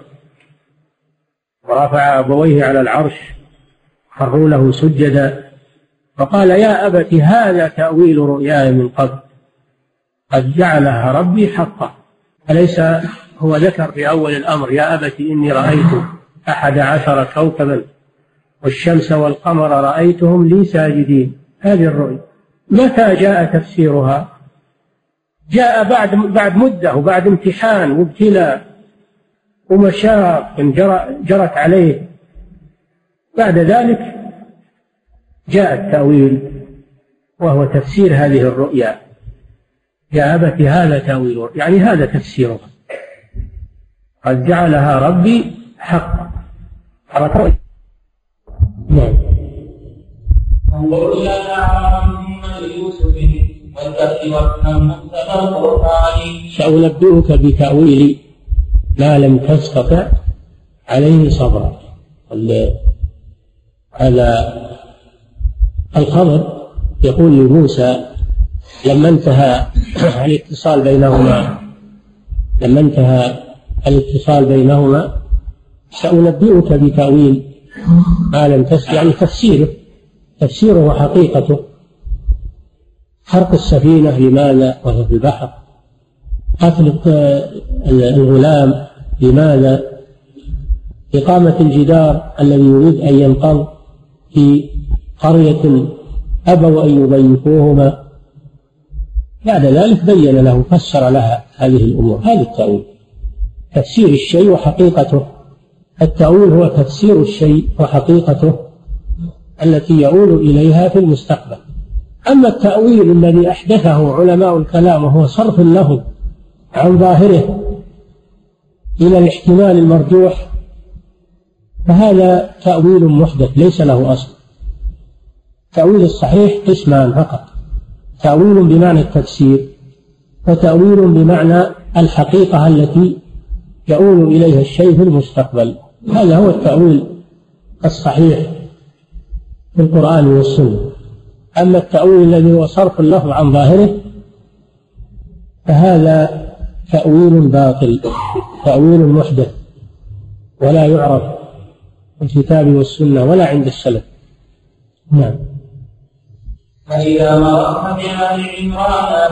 Speaker 2: ورفع أبويه على العرش خروا له سجدا فقال يا أبت هذا تأويل رؤياي من قبل قد جعلها ربي حقا. أليس هو ذكر في أول الأمر يا أبت إني رأيت 11 كوكبا والشمس والقمر رأيتهم لي ساجدين. هذه الرؤيا متى جاء تفسيرها؟ جاء بعد مدة وبعد امتحان وابتلاء ومشاق جرت عليه. بعد ذلك جاء التأويل وهو تفسير هذه الرؤيا. يا أبت هذا تأويل يعني هذا تفسيرها قد جعلها ربي حقا. نعم.
Speaker 1: انظر إلى الأعراف ثم ليوسف والكهف وافهم مقتضى القرآن.
Speaker 2: سأنبئك بتأويل ما لم تستطع عليه صبرا. هذا الخبر يقول لموسى لما انتهى الاتصال بينهما سأنبئك بتأويل ما لم تستطع يعني تفسيره وحقيقته. حرق السفينة لماذا وهي في البحر؟ قتل الغلام لماذا؟ إقامة الجدار الذي يريد أن ينقض في قرية أبوا أن يضيفوهما. بعد ذلك بين له فسر لها هذه الأمور. هذا التأويل تفسير الشيء وحقيقته. التأويل هو تفسير الشيء وحقيقته التي يؤول إليها في المستقبل. أما التأويل الذي أحدثه علماء الكلام وهو صرف له عن ظاهره إلى الاحتمال المرجوح فهذا تأويل محدث ليس له أصل. التأويل الصحيح قسمان فقط: تأويل بمعنى التفسير وتأويل بمعنى الحقيقة التي يؤول إليها الشيء في المستقبل. هذا هو التأويل الصحيح في القرآن والسنة. أما التأويل الذي هو صرف له عن ظاهره فهذا تأويل باطل، تأويل محدث ولا يعرف في الكتاب والسنة ولا عند السلف. نعم.
Speaker 1: فإذا مررت بآل عمران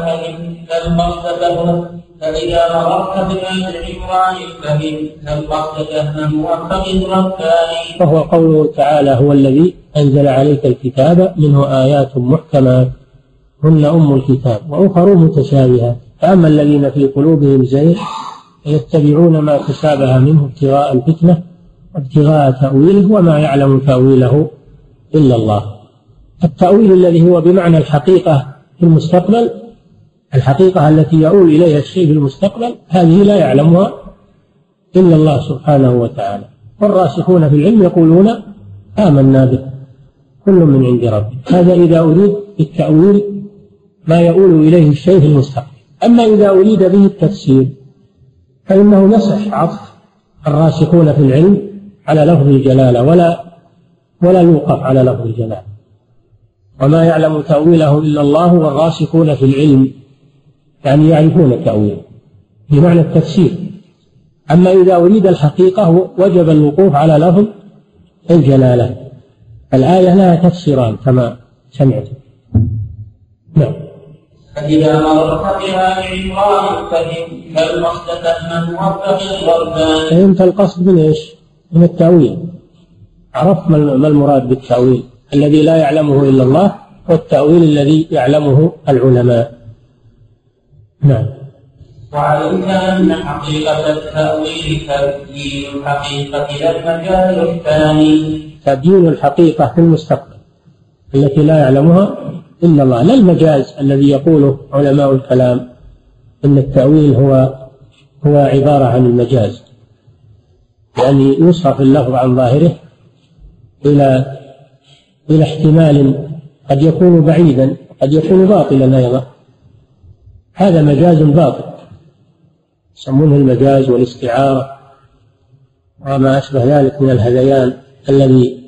Speaker 1: فهمت المقصد موفق رباني.
Speaker 2: وهو قوله تعالى: هو الذي أنزل عليك الكتاب منه آيات محكمات هن أم الكتاب وأخر متشابهات فأما الذين في قلوبهم زيغ يتبعون ما تشابه منه ابتغاء الفتنة وابتغاء تأويله وما يعلم تأويله إلا الله. التأويل الذي هو بمعنى الحقيقة في المستقبل، الحقيقة التي يؤول إليها الشيء في المستقبل، هذه لا يعلمها إلا الله سبحانه وتعالى. والراسخون في العلم يقولون آمنا به كل من عند ربي. هذا إذا أريد بالتأويل ما يؤول إليه الشيء في المستقبل. أما إذا أريد به التفسير فإنه يصح عطف الراسخون في العلم على لفظ الجلالة ولا يوقف على لفظ الجلالة. وما يعلم تأويله إلا الله والراسخون في العلم يعني يعرفون تأويله بمعنى التفسير. أما إذا أريد الحقيقة وجب الوقوف على لفظ الجلالة. الآية لها تفسيران كما سمعت. نعم.
Speaker 1: فإذا مررت بآل عمران فهمت المقصد فهما موفق رباني.
Speaker 2: فهمت القصد من إيش؟ من التأويل. عرفت ما المراد بالتأويل الذي لا يعلمه إلا الله والتأويل الذي يعلمه العلماء. نعم.
Speaker 1: وعلمت أن حقيقة التأويل تبيين الحقيقة لا المجال الثاني.
Speaker 2: تبيين الحقيقة في المستقبل التي لا يعلمها إلا الله، لا المجاز الذي يقوله علماء الكلام إن التأويل هو عبارة عن المجاز، يعني يصرف اللفظ عن ظاهره إلى احتمال قد يكون بعيدا قد يكون باطلا أيضا، هذا مجاز باطل يسمونه المجاز والاستعارة وما أشبه ذلك من الهذيان الذي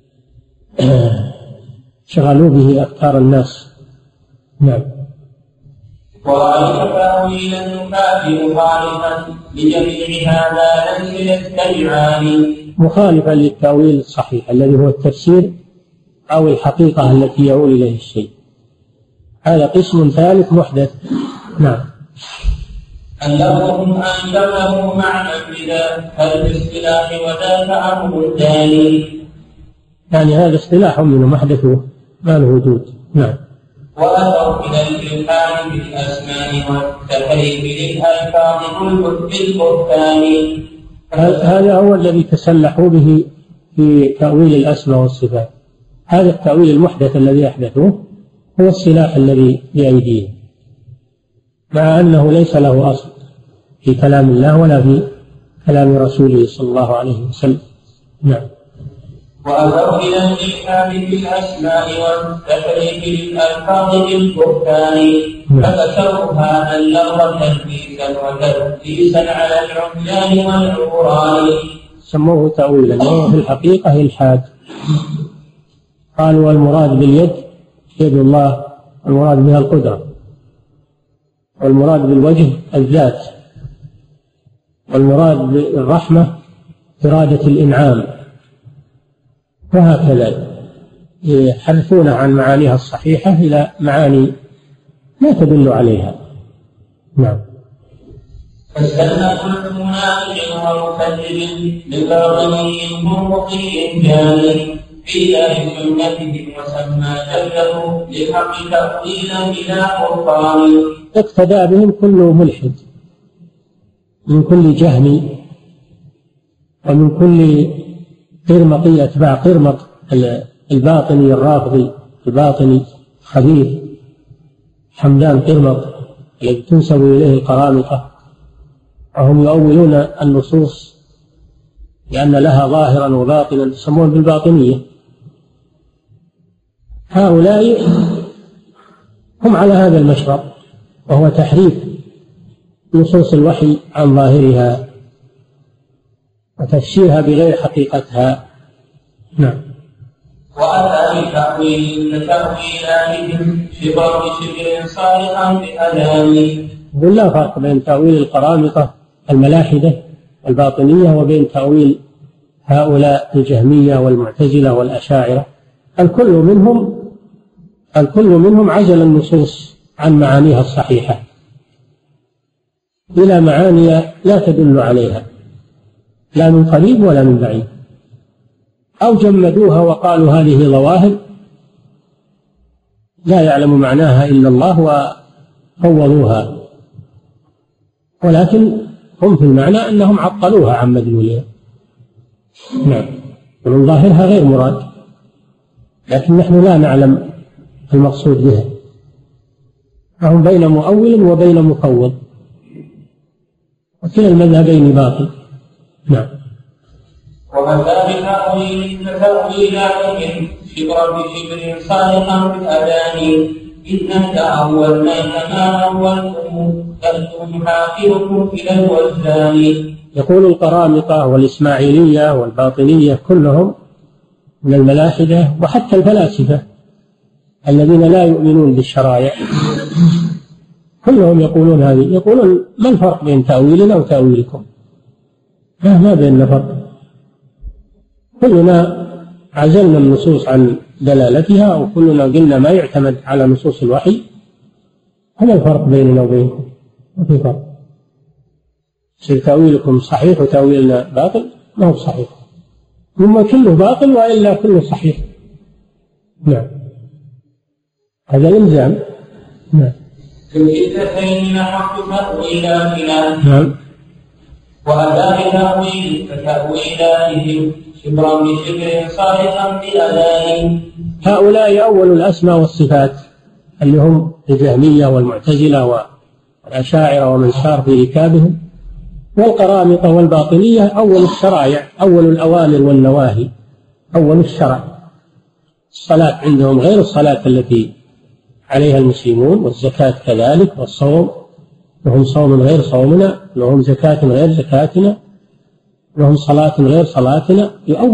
Speaker 2: شغلوا به أفكار الناس. نعم.
Speaker 1: ورأيت تأويلا يكافئ مخالفا لجميع هذا ليس يتبعان.
Speaker 2: مخالفا للتأويل الصحيح الذي هو التفسير أو الحقيقة التي يؤول إليه الشيء، هذا قسم ثالث محدث. نعم.
Speaker 1: أن لهم أنشأه معنى بذا هل باصطلاح وذاك أمر ثاني.
Speaker 2: يعني هذا اصطلاح منه محدثه ما له وجود. نعم.
Speaker 1: وأثروا إلى الإلحاد بالأسماء والتكريم للألفاظ بالبهتان.
Speaker 2: هذا هو الذي تسلحوا به في تأويل الأسماء والصفات، هذا التأويل المحدث الذي أحدثوه هو السلاح الذي بأيديهم، مع أنه ليس له أصل في كلام الله ولا في كلام رسوله صلى الله عليه وسلم. نعم.
Speaker 1: وأثروا إلى الإلحاد بالأسماء والتكريم للألفاظ بالبهتان. فذكروا هذا اللفظ تلبيسا وتدليسا على العميان والعبران.
Speaker 2: سموه تأويلا وهو في الحقيقة إلحاد. قالوا والمراد باليد يد الله، المراد بها القدرة، والمراد بالوجه الذات، والمراد بالرحمة إرادة الإنعام، وهكذا يحرفون عن معانيها الصحيحة إلى معاني لا تدل عليها. نعم.
Speaker 1: فاستنى كل منافق ومكذب لباطني مرمقي جاني في دار سنته وسمى جله للحق تأويلا بلا قرآن.
Speaker 2: اقتدى بهم كل ملحد من كل جهم ومن كل قرمطي أتباع قرمط الباطني الرافضي الباطني خبيث حمدان قرمط الذي تنسب إليه القرامطة، وهم يؤولون النصوص لأن لها ظاهرا وباطنا يسمون بالباطنية. هؤلاء هم على هذا المشرب، وهو تحريف نصوص الوحي عن ظاهرها وتفسيرها بغير حقيقتها. نعم.
Speaker 1: وأتى بتأويل كتأويلانهم شبر بشبر صالحا بأذان.
Speaker 2: يقول لا فرق بين تأويل القرامطة الملاحدة الباطنية وبين تأويل هؤلاء الجهمية والمعتزلة والأشاعرة. الكل منهم عزل النصوص عن معانيها الصحيحة إلى معاني لا تدل عليها لا من قريب ولا من بعيد، أو جمدوها وقالوا هذه ظواهر لا يعلم معناها إلا الله وفوضوها، ولكن هم في المعنى أنهم عطلوها عن مدلولها. نعم. ومن ظاهرها غير مراد، لكن نحن لا نعلم المقصود بها، فهم بين مؤول وبين مفوض، وكلا المذهبين باطل. نعم.
Speaker 1: ومثى بتأويلاتهم شبرا بشبر صادقا بالأذان إن تأولنا كما أولتم أنتم حافظكم إلى الوزان.
Speaker 2: يقول القرامطة والإسماعيلية والباطنية كلهم من الملاحدة وحتى الفلاسفة الذين لا يؤمنون بالشرائع كلهم يقولون هذه، يقولون ما الفرق بين تأويلنا وتأويلكم؟ ما بيننا فرق، كلنا عزلنا النصوص عن دلالتها وكلنا قلنا ما يعتمد على نصوص الوحي، هذا الفرق بيننا وبينكم، ما في فرق. يصير تأويلكم صحيح وتأويلنا باطل؟ ما هو صحيح، إما كله باطل وإلا كله صحيح. نعم. هذا الإلزام. نعم.
Speaker 1: في الفتنتين نحط تأويلاتنا.
Speaker 2: نعم.
Speaker 1: وأداء تأويل فتأويلاتهم شبرا بشبر صالحا بأداء.
Speaker 2: هؤلاء أول الأسماء والصفات اللي هم الجهمية والمعتزلة والأشاعرة ومن سار في ركابهم، والقرامطة والباطنية أول الشرائع، أول الأوامر والنواهي، أول الشرع. الصلاة عندهم غير الصلاة التي عليها المسلمون، والزكاة كذلك، والصوم لهم صوم غير صومنا، لهم زكاة غير زكاتنا، لهم صلاة غير صلاتنا،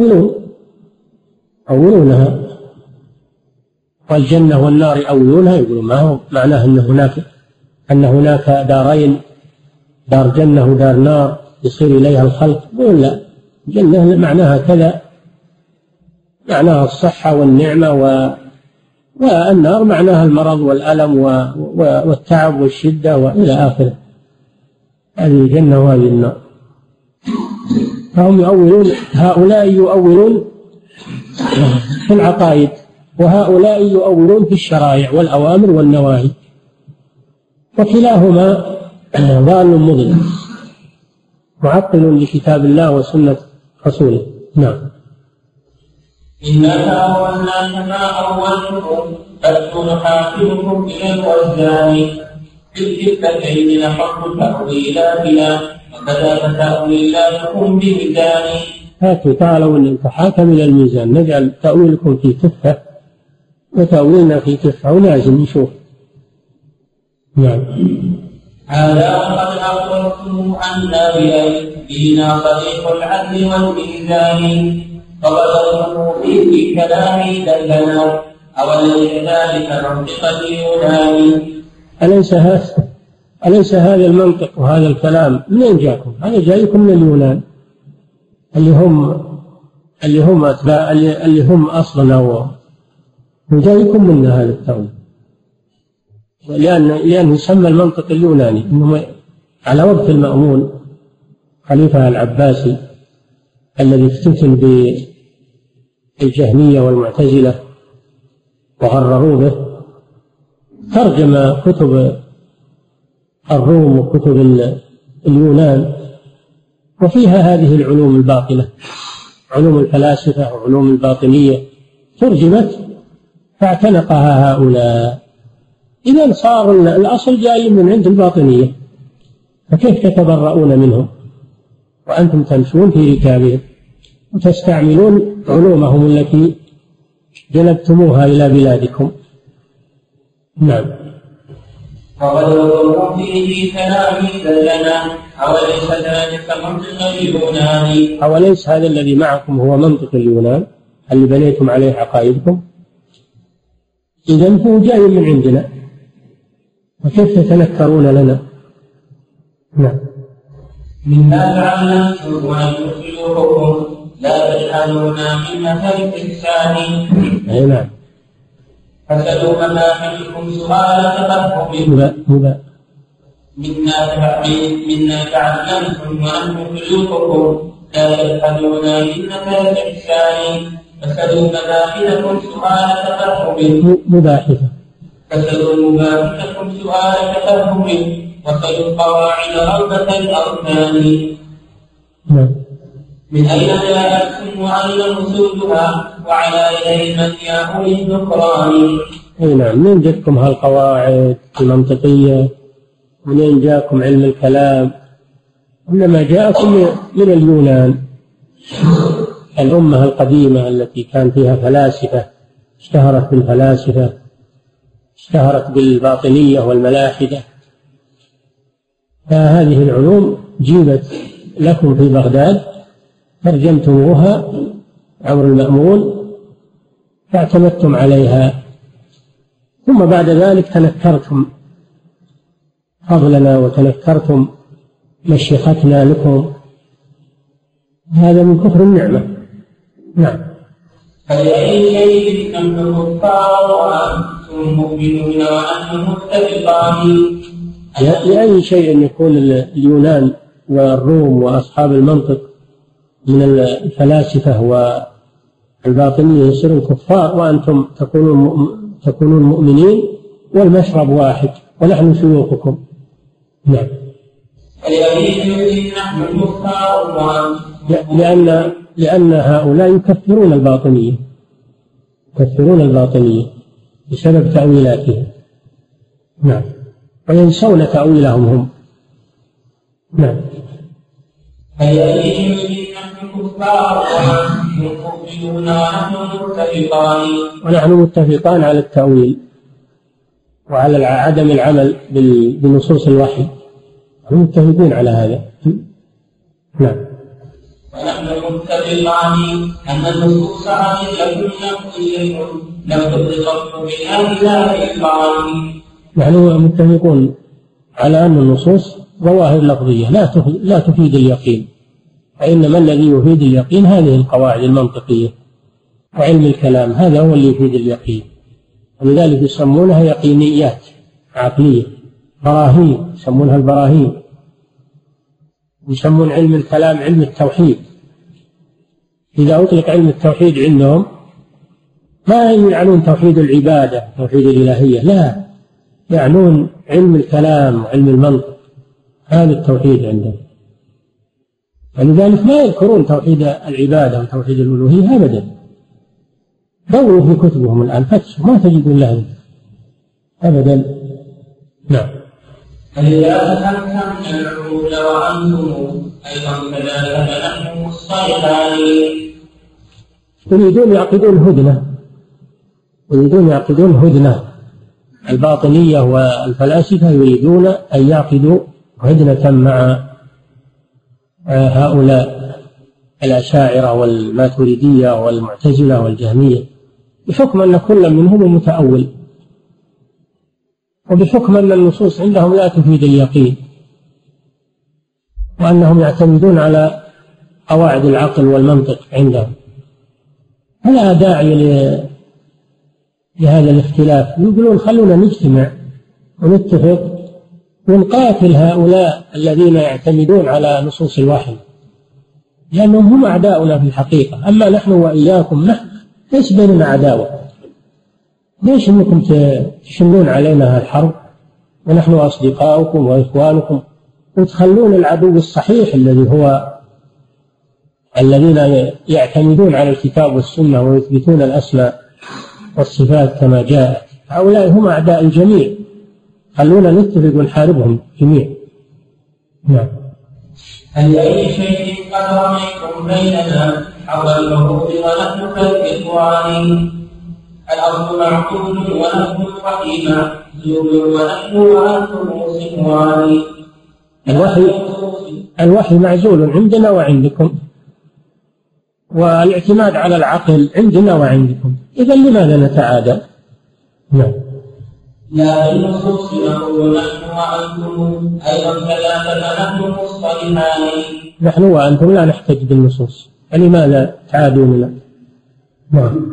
Speaker 2: يؤولونها. والجنة والنار يؤولونها، يقولون ما هو معناه أن هناك دارين، دار جنة ودار نار يصير إليها الخلق. يقول لا، الجنة معناها كذا، معناها الصحة والنعمة، والنار معناها المرض والألم والتعب والشدة وإلى آخره. هذه الجنة وهذه النار. فهم يؤولون، هؤلاء يؤولون في العقائد، وهؤلاء يؤولون في الشرائع والأوامر والنواهي، وكلاهما ضال مضل معطل لكتاب الله وسنة رسوله. نعم.
Speaker 1: إنا تأولنا كما أولتكم فأتوا نحاكمكم إلى الوزان. في الفتنتين نحط تأويلاتنا وكذا تأويلاتكم بميزان.
Speaker 2: هاتوا تعالوا نتحاكم إلى الميزان، نجعل تأويلكم في كفة وتأويلنا في كفة ولازم نشوف. نعم.
Speaker 1: هذا وقد أخبرتم أن بأيدينا صديق العدل والميزان. فبلغتم في كلامي دلنا أوليس ذلك منطق اليونان.
Speaker 2: أليس هذا المنطق وهذا الكلام منين جاكم؟ هذا جايكم من اليونان اللي هم أصلنا، وجايكم من هذا التأويل، لأنه يسمى المنطق اليوناني. إنه على وقت المأمون خليفة العباسي الذي افتتن بالجهمية والمعتزلة وغرروا به، ترجم كتب الروم وكتب اليونان، وفيها هذه العلوم الباطلة، علوم الفلاسفة وعلوم الباطنية ترجمت فاعتنقها هؤلاء. إذا صار الأصل جاي من عند الباطنية، فكيف تتبرؤون منهم وأنتم تمشون في ركابهم وتستعملون علومهم التي جلبتموها إلى بلادكم؟ نعم.
Speaker 1: وغلوكم فيه كلامي دلنا أوليس ذلك منطق اليونان.
Speaker 2: أوليس هذا الذي معكم هو منطق اليونان اللي بنيتم عليه عقائدكم؟ إذن هو جاي من عندنا، وكيف تتنكرون لنا؟ نعم.
Speaker 1: مما تعلمتم ونخلقكم لا تجعلونا من مثل الإنسان.
Speaker 2: أي نعم.
Speaker 1: فسألوا مفاهمكم سؤال تفهم منا تعلمتم ونخلقكم لا تجعلونا من مثل الإنسان. فسألوا مباحثكم سؤال تفهم فسألوا مباحثكم سؤال تفهم وصلوا القواعد رغبة الأركان. من أين جاءتكم وأين وصولها وعلى يدي من يا أولي الذكران.
Speaker 2: نعم. من جدكم هالقواعد المنطقية؟ منين جاءكم علم الكلام؟ إنما جاءكم من اليونان، الأمة القديمة التي كان فيها فلاسفة، اشتهرت بالفلاسفة، اشتهرت بالباطنية والملاحدة. فهذه العلوم جيبت لكم في بغداد، ترجمتموها عبر المأمون فاعتمدتم عليها، ثم بعد ذلك تنكرتم فضلنا وتنكرتم مشيختنا لكم. هذا من كفر النعمة. نعم.
Speaker 1: فلأي شيء أنتم كفار وأنتم مؤمنون وأنتم متفقان.
Speaker 2: لأي شيء يكون اليونان والروم وأصحاب المنطق من الفلاسفة والباطنية يصيرون كفار وأنتم تكونون تكونون مؤمنين والمشرب واحد ونحن شيوخكم. نعم. لأن هؤلاء يكفرون الباطنية بسبب تأويلاتهم. نعم. وينسون تأويلهم هم. نعم. ونحن متفقان على التأويل وعلى عدم العمل بنصوص الوحي، نحن متفقون على هذا. نعم.
Speaker 1: ونحن متفقان أن النصوص عادلة لم تطلق بها إلا
Speaker 2: نحن متفقون على أن النصوص ظواهر لفظية لا تفيد اليقين، فإنما الذي يفيد اليقين هذه القواعد المنطقية وعلم الكلام، هذا هو اللي يفيد اليقين، ولذلك يسمونها يقينيات عقلية، براهين يسمونها البراهين. يسمون علم الكلام علم التوحيد. إذا أطلق علم التوحيد عندهم ما يعنون توحيد العبادة توحيد الإلهية، لا، يعنون علم الكلام وعلم المنطق، هذا التوحيد عندهم. ولذلك ما يذكرون توحيد العبادة وتوحيد الألوهية أبدا. دوروا في كتبهم الآن فتشوا ما تجدون لهم أبدا. نعم.
Speaker 1: فإذا تفهمنا العقول وأنتم أيضا كذلك نحن مصطلحان.
Speaker 2: يريدون يعقدون هدنة. الباطنية والفلاسفة يريدون أن يعقدوا هدنة مع هؤلاء الأشاعرة والماتريدية والمعتزلة والجهمية، بحكم أن كل منهم متأول، وبحكم أن النصوص عندهم لا تفيد اليقين، وأنهم يعتمدون على قواعد العقل والمنطق عندهم، فلا داعي لهذا الاختلاف. يقولون خلونا نجتمع ونتفق ونقاتل هؤلاء الذين يعتمدون على نصوص الوحي، لأنهم هم أعداؤنا في الحقيقة. أما نحن وإياكم نحن ليس بيننا عداوة، ليش أنكم تشنون علينا الحرب ونحن أصدقاؤكم وإخوانكم، وتخلون العدو الصحيح الذي هو الذين يعتمدون على الكتاب والسنة ويثبتون الأسماء والصفات كما جاءت، هؤلاء هم أعداء الجميع، خلونا نتفق ونحاربهم جميعا. نعم.
Speaker 1: هل أي شيء قد رميتم بيننا حول العقول ونحن كالإخوان؟ الأرض معقول ونحن رحيما ونحن وأنتم صنوان.
Speaker 2: الوحي معزول عندنا وعندكم، والاعتماد على العقل عندنا وعندكم، إذا لماذا نتعادى؟ نعم.
Speaker 1: لا بالنصوص نقول نحن وأنتم أيضا كذلك نحن مصطلحان.
Speaker 2: نحن وأنتم لا نحتج بالنصوص، فلماذا تعادوننا؟ نعم.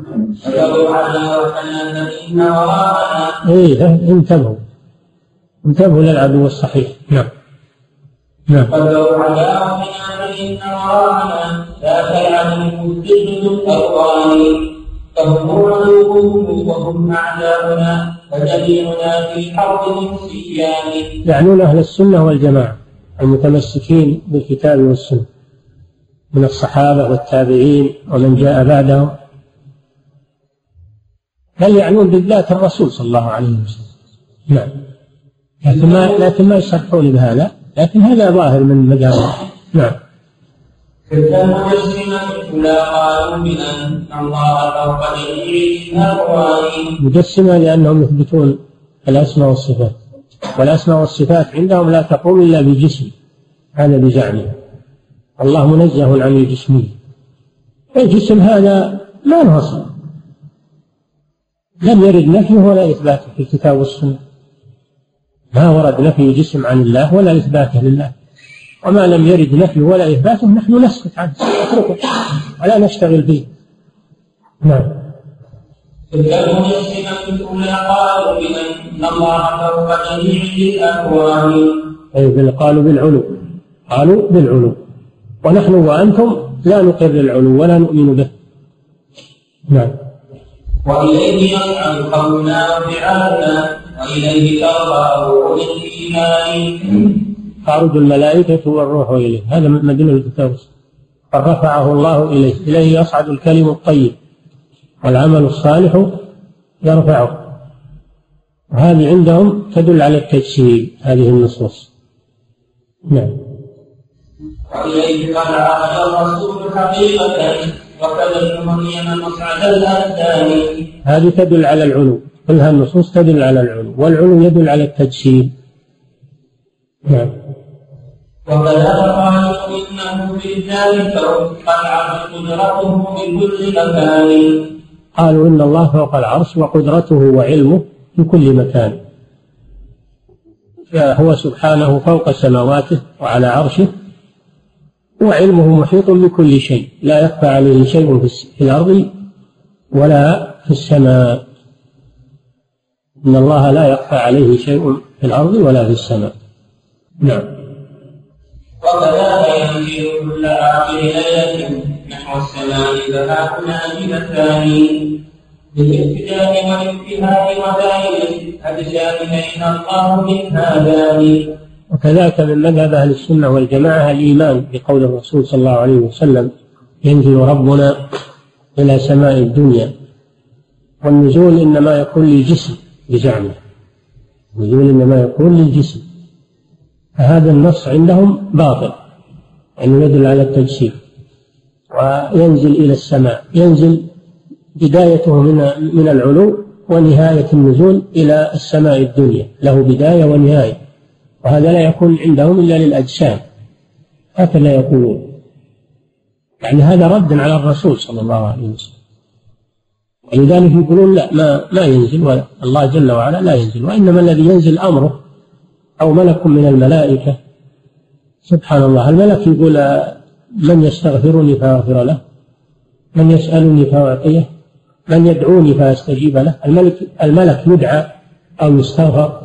Speaker 2: انتبهوا للعدو الصحيح. نعم. نعم.
Speaker 1: فلو عداوة فإن وراءنا لا العدو الذل الأوطان، فهم عدوهم وهم أعداؤنا فجميعنا في حرب سيان.
Speaker 2: يعنون أهل السنة والجماعة المتمسكين بالكتاب والسنة من الصحابة والتابعين ومن جاء بعدهم، بل يعنون بالذات الرسول صلى الله عليه وسلم. نعم. لكن ما يصرحون بهذا، لكن هذا ظاهر من مجالهم. نعم. مجسمة لأنهم يثبتون الأسماء والصفات، والأسماء والصفات عندهم لا تقوم إلا بجسم، هذا بزعمه. الله منزه عن الجسمية، الجسم هذا ما نص، لم يرد نفيه ولا إثباته في الكتاب والسنة، ما ورد نفي جسم عن الله ولا إثباته لله، وما لم يرد نفيه ولا إثباته نحن نسكت عنه نتركه ولا نشتغل به. نعم. قالوا بالعلو، قالوا بالعلو، ونحن وأنتم لا نقر العلو ولا نؤمن به. نعم.
Speaker 1: وإليه يصعد قولنا وفعالنا وإليه ترفع روح الإيمان.
Speaker 2: تعرج الملائكة والروح إليه، هذا مدلول الكتاب. فرفعه الله إليه يصعد الكلم الطيب والعمل الصالح يرفعه. وهذه عندهم تدل على التجسيد هذه النصوص. نعم.
Speaker 1: وإليه طلع الرسول حقيقة وكذا مريم مصعد الأبدان.
Speaker 2: هذه تدل على العلو، كلها النصوص تدل على العلو، والعلو يدل على التجسيد. نعم.
Speaker 1: وكذا قالوا إنه في ذلك قلعة قدرته بكل مكان.
Speaker 2: قالوا إن الله فوق العرش وقدرته وعلمه في كل مكان، فهو سبحانه فوق سماواته وعلى عرشه، وعلمه محيط بكل شيء، لا يخفى عليه شيء في الأرض ولا في السماء. إن الله لا يخفى عليه شيء في الأرض ولا في السماء. نعم.
Speaker 1: وكذا ينزل كل آخر ليلة نحو السماء ذهابنا بمكان بالابتداء والانتهاء وذلك الأجزاء بين الله من هذان.
Speaker 2: وكذلك من مذهب أهل السنة والجماعة الإيمان بقول الرسول صلى الله عليه وسلم: ينزل ربنا إلى سماء الدنيا. والنزول إنما يكون للجسم بزعمه، النزول إنما يكون للجسم، فهذا النص عندهم باطل، يعني يدل على التجسيد. وينزل إلى السماء، ينزل بدايته من العلو، ونهاية النزول إلى السماء الدنيا، له بداية ونهاية، وهذا لا يكون عندهم إلا للأجسام، هكذا يقولون. يعني هذا رد على الرسول صلى الله عليه وسلم، ولذلك يقولون لا، ما ينزل، ولا الله جل وعلا لا ينزل، وإنما الذي ينزل أمره أو ملك من الملائكة. سبحان الله، الملك يقول: من يستغفرني فأغفر له، من يسألني فأعطيه، من يدعوني فأستجيب له. الملك يدعى أو يستغفر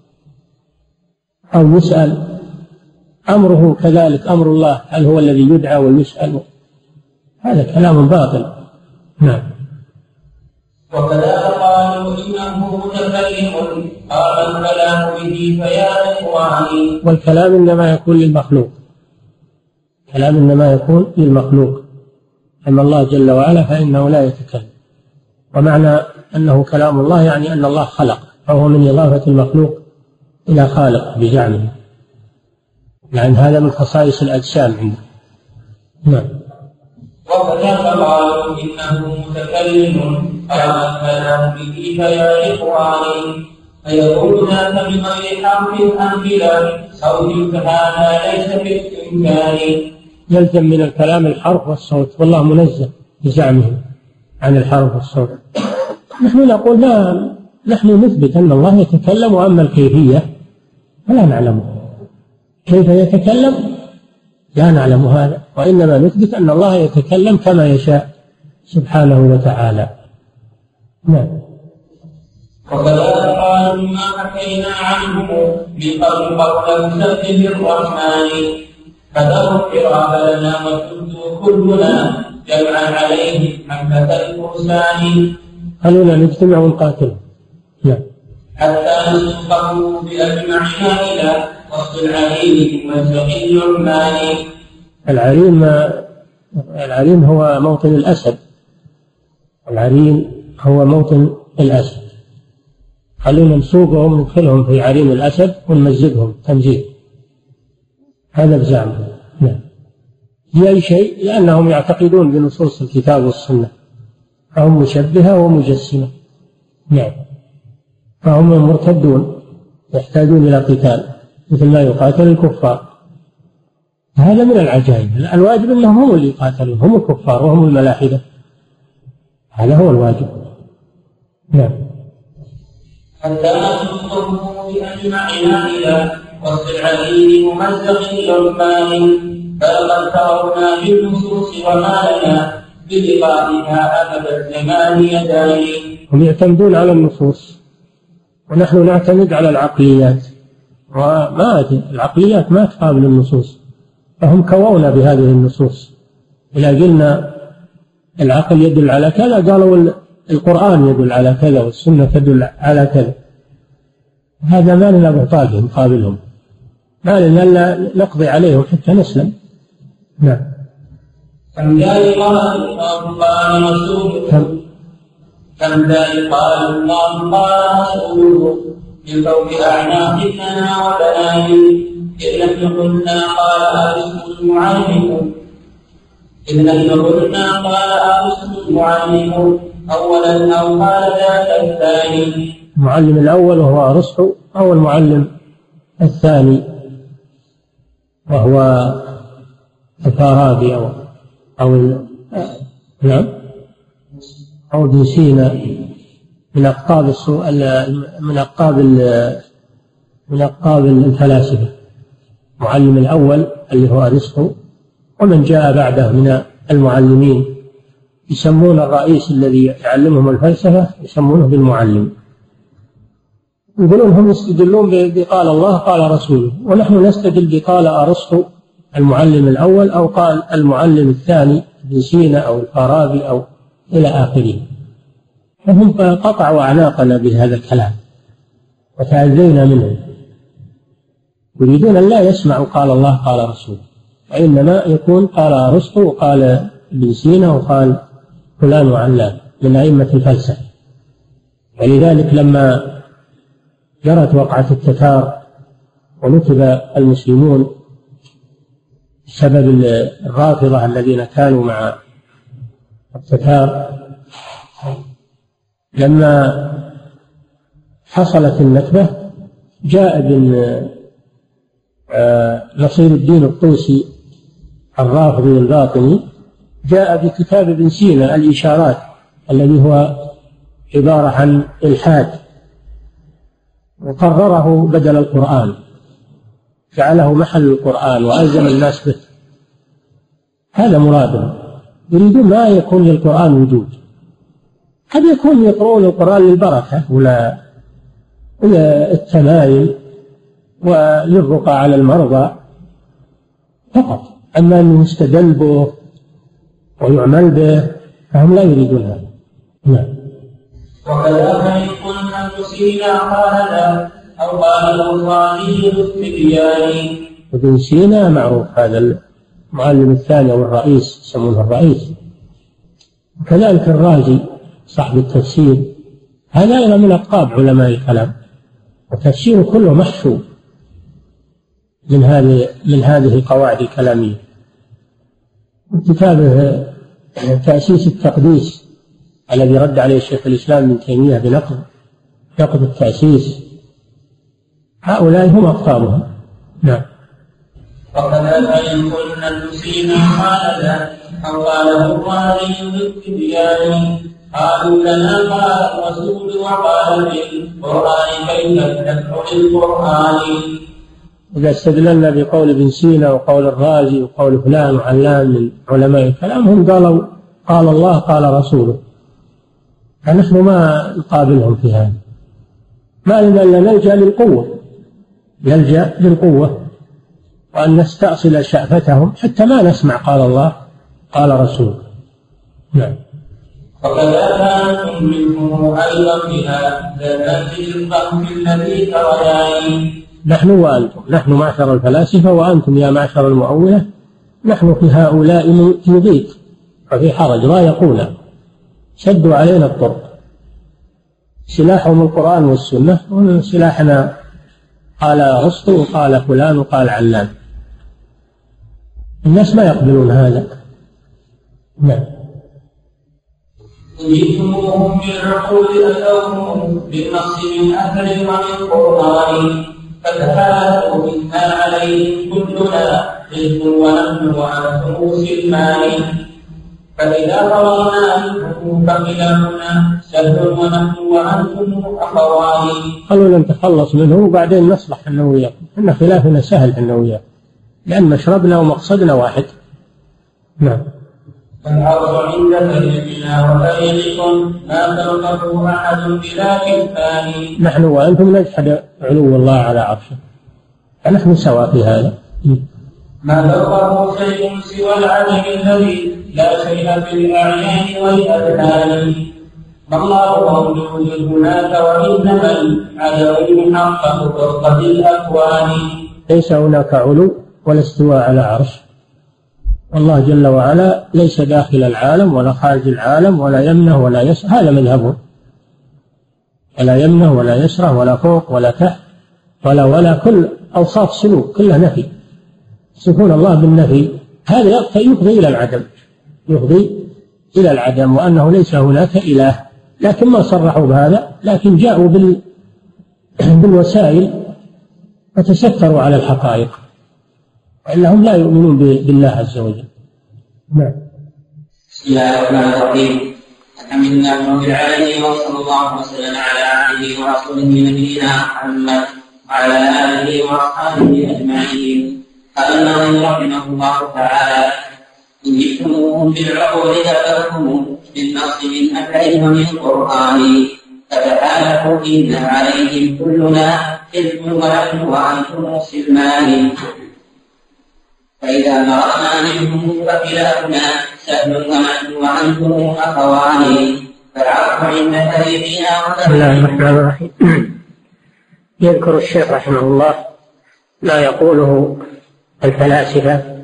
Speaker 2: أو يسأل، أمره كذلك أمر الله، هل هو الذي يدعى ويسأل؟ هذا كلام باطل. نعم.
Speaker 1: وكذا قالوا إنه متكلم قال الكلام به فيا إخواني.
Speaker 2: والكلام إنما يكون للمخلوق، الكلام إنما يكون للمخلوق، أما الله جل وعلا فإنه لا يتكلم. ومعنى أنه كلام الله يعني أن الله خلق، فهو من إضافة المخلوق إلى خالق بزعمه، لأن هذا من خصائص الأجسام عنده. نعم.
Speaker 1: وكذا قالوا إنه متكلم قال الكلام به فيا إخواني. فيقول ذاك بغير حرف أم بلا صوت، فهذا ليس بالإمكان.
Speaker 2: يلزم من الكلام الحرف والصوت، والله منزه بزعمه عن الحرف والصوت. نحن نقول لا، نحن نثبت أن الله يتكلم، وأما الكيفية فلا نعلمه، كيف يتكلم لا نعلم هذا، وإنما نثبت أن الله يتكلم كما يشاء سبحانه وتعالى. نعم.
Speaker 1: وكذا قالوا ما حكينا عنه من قبل قول مسبح الرحمن، فذروا القراءة لنا وتبدو كلنا جمعا عليه حملة الفرسان.
Speaker 2: خلونا نجتمع ونقاتل. نعم.
Speaker 1: حتى نسقه بأجمعنا إلى وسط العليم ومزق النعمان.
Speaker 2: العرين هو موطن الأسد، العرين هو موطن الأسد. خلونا نسوقهم ندخلهم في عرين الأسد ونمزقهم تمزيق، هذا بزعمهم. نعم. لأي شيء؟ لأنهم يعتقدون بنصوص الكتاب والسنة، فهم مشبهة ومجسمة. نعم. فهم مرتدون يحتاجون إلى قتال مثل ما يقاتل الكفار. هذا من العجائب. الواجب أنهم هم اللي يقاتلون، هم الكفار وهم الملاحدة، هذا هو الواجب. نعم.
Speaker 1: حتى نسقه بأجمعنا إلى وسط العليم ممزق الرحمن. فلقد ترون بالنصوص وما لنا بلقائها أبد الزمان يدان.
Speaker 2: هم يعتمدون على النصوص ونحن نعتمد على العقليات، العقليات ما تقابل النصوص، فهم كوونا بهذه النصوص. إذا قلنا العقل يدل على كذا قالوا القرآن يدل على كذا والسنة تدل على كذا. هذا ما لنا بطالهم قابلهم، ما لنا نقضي عليهم حتى نسلم. نعم.
Speaker 1: كم ذلك قال الله قال رسوله كم ذلك قال الله قال رسوله من فوق أعناقنا وبناني إذ لم قلنا قال أرسل المعلم إذ لم قلنا قال أرسل المعلم أولا أو قال ذاك الثاني.
Speaker 2: المعلم الأول وهو أرسطو، أو المعلم الثاني وهو الفارابي أو نعم أو ابن سينا من أقطاب الفلاسفة. المعلم الأول اللي هو أرسطو، ومن جاء بعده من المعلمين يسمون الرئيس الذي يعلمهم الفلسفة يسمونه بالمعلم. يقولون هم يستدلون بقال الله قال رسوله، ونحن نستدل بقال أرسطو المعلم الأول أو قال المعلم الثاني ابن سينا أو الفارابي أو إلى آخره. فهم قطعوا أعناقنا بهذا الكلام وتأذينا منهم، يريدون أن لا يسمعوا قال الله قال رسوله، وإنما يكون قال أرسطو وقال ابن سينا وقال فلان وعلان من أئمة الفلسفة. ولذلك لما جرت وقعة التتار ونكب المسلمون بسبب الرافضة الذين كانوا مع التتار، لما حصلت النكبة جاء ابن نصير الدين الطوسي الرافضي الباطني، جاء بكتاب ابن سينا الإشارات الذي هو عبارة عن إلحاد، وقرره بدل القرآن، جعله محل القرآن وألزم الناس به. هذا مراد، يريدون ما يكون للقرآن وجود. قد يكون يقرؤون القرآن للبركة ولا التمايل وللرقى على المرضى فقط، أما أنه يستدل به ويعمل به فهم لا يريدون هذا. نعم.
Speaker 1: وكذا فإن قلنا سينا قال لا أو قال البخاري بالتبيان.
Speaker 2: ابن سينا معروف، هذا المعلم الثاني أو الرئيس يسمونه الرئيس. وكذلك الرازي صاحب التفسير، هذا أيضا من أقطاب علماء الكلام، وتفسيره كله محشو من هذه القواعد الكلامية. كتابه تأسيس التقديس الذي رد عليه الشيخ الإسلام ابن تيمية بنقد التأسيس، هؤلاء هم أقطابهم. نعم.
Speaker 1: وكذا فإن قلنا سينا قال لا أو قاله الرازي بالتبيان قالوا لنا قال الرسول وقال بالقرآن كيف الدفع للقرآن.
Speaker 2: إذا استدللنا بقول ابن سينا وقول الرازي وقول فلان وعلان من علماء الكلام، هم قالوا قال الله قال رسوله، فنحن ما نقابلهم في هذا، ما لنا إلا نلجأ للقوة وأن نستأصل شأفتهم حتى ما نسمع قال الله قال رسوله. نعم.
Speaker 1: وكذا كانتم منهم أيضا بها ذات الفهم الذي تريان.
Speaker 2: نحن وأنتم، نحن معشر الفلاسفة وأنتم يا معشر المؤولة، نحن في هؤلاء في ضيق وفي حرج، ضايقونا، شدوا علينا الطرق، سلاحهم القرآن والسنة وسلاحنا قال أرسطو وقال فلان وقال علان. الناس ما يقبلون هذا. نعم.
Speaker 1: جئتموهم بالعقول أتوهم بالنص من أهل ومن قرآن فتحالفوا منا عليهم كلنا حزب ونحن وأنتم سلمان فإذا فرغنا منه فخلافنا سهل ونحن وأنتم أخوان.
Speaker 2: قالوا لن نتخلص منه وبعدين نصلح أنه وياكم، إن خلافنا سهل أنه وياكم لأن مشربنا ومقصدنا واحد. نعم.
Speaker 1: فالعرض عند فريقنا وفريق ما تركه أحد بلا كفان.
Speaker 2: نحن وأنتم نجحد علو الله على عرشه، فنحن سواء في هذا.
Speaker 1: ما تركه شيء سوى العدم الذي لا شيء في الأعيان والأذهان والله موجود هناك وإنما العدو حقه فوق ذي الأكوان.
Speaker 2: ليس هناك علو ولا استواء على عرش، والله جل وعلا ليس داخل العالم ولا خارج العالم ولا يمنه ولا يسره، هذا مذهبه، ولا يمنه ولا يسره ولا فوق ولا تحت ولا كل أوصاف سلوك كلها نفي. يصفون الله بالنفي، هذا يفضي إلى العدم، يفضي إلى العدم، وأنه ليس هناك إله. لكن ما صرحوا بهذا، لكن جاءوا بالوسائل وتستروا على الحقائق، وإلا هم لا يؤمنون بالله عز وجل. نعم.
Speaker 1: بسم الله الرحمن الرحيم. الحمد لله رب العالمين، وصلى الله وسلم على عبده ورسوله نبينا محمد وعلى آله وأصحابه أجمعين. قال الناظم رحمه الله تعالى: إن جئتموهم بالعقول ذكرتم بالنص من أكثر من القرآن، فتحالفوا إن عليهم كلنا حزب ونحن وأنتم سلمان. فإذا مرأنا منهم فكلاهنا سهل ونحن وأنتم أخوان، فالعفو عند فريقنا.
Speaker 2: بسم الله الرحمن الرحيم. يذكر الشيخ رحمه الله ما يقوله الفلاسفة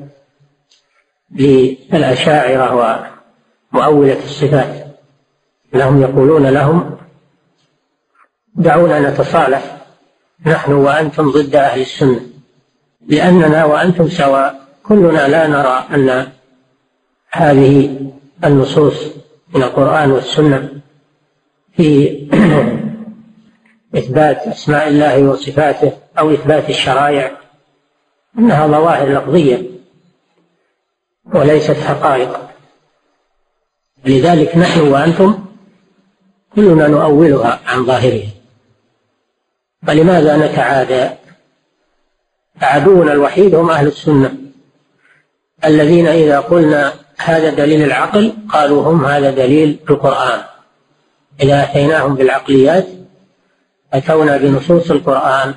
Speaker 2: للأشاعرة ومؤولة الصفات، لهم يقولون لهم: دعونا نتصالح نحن وأنتم ضد أهل السنة، لأننا وأنتم سواء، كلنا لا نرى أن هذه النصوص من القرآن والسنة في إثبات أسماء الله وصفاته أو إثبات الشرائع إنها ظواهر لفظية وليست حقائق. لذلك نحن وأنتم كلنا نؤولها عن ظاهرها. فلماذا نتعادى؟ عدونا الوحيد هم أهل السنة، الذين إذا قلنا هذا دليل العقل قالوا هم هذا دليل القرآن. إذا أتيناهم بالعقليات أتونا بنصوص القرآن.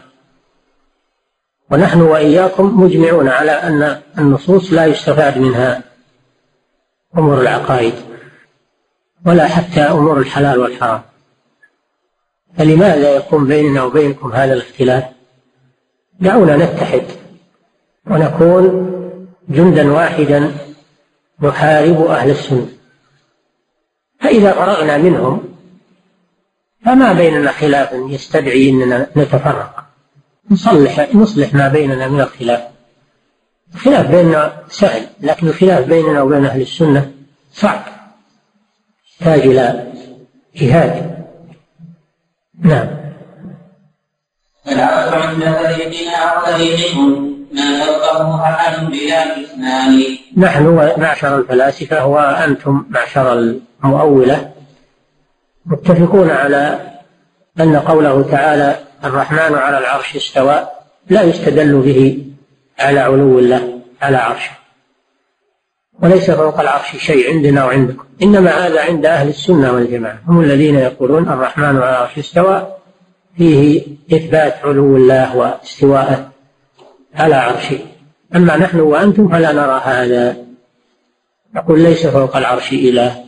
Speaker 2: ونحن وإياكم مجمعون على أن النصوص لا يستفاد منها أمور العقائد ولا حتى أمور الحلال والحرام. فلماذا يكون بيننا وبينكم هذا الاختلاف؟ دعونا نتحد ونكون جندا واحدا نحارب أهل السنة. فإذا فرغنا منهم فما بيننا خلاف يستدعي أننا نتفرق، نصلح ما بيننا من الخلاف. الخلاف بيننا سهل، لكن الخلاف بيننا وبين أهل السنة صعب، يحتاج إلى جهاد. نعم.
Speaker 1: فالعفو عند فريقنا وفريقكم ما يلقه أحد بلا إثنان.
Speaker 2: نحن معشر الفلاسفة وأنتم معشر المؤولة متفقون على أن قوله تعالى الرحمن على العرش استوى لا يستدل به على علو الله على عرشه، وليس فوق العرش شيء عندنا وعندكم، إنما هذا عند أهل السنة والجماعة، هم الذين يقولون الرحمن على العرش استوى، فيه إثبات علو الله واستواءه على عرشه. أما نحن وأنتم فلا نرى هذا، نقول ليس فوق العرش إله،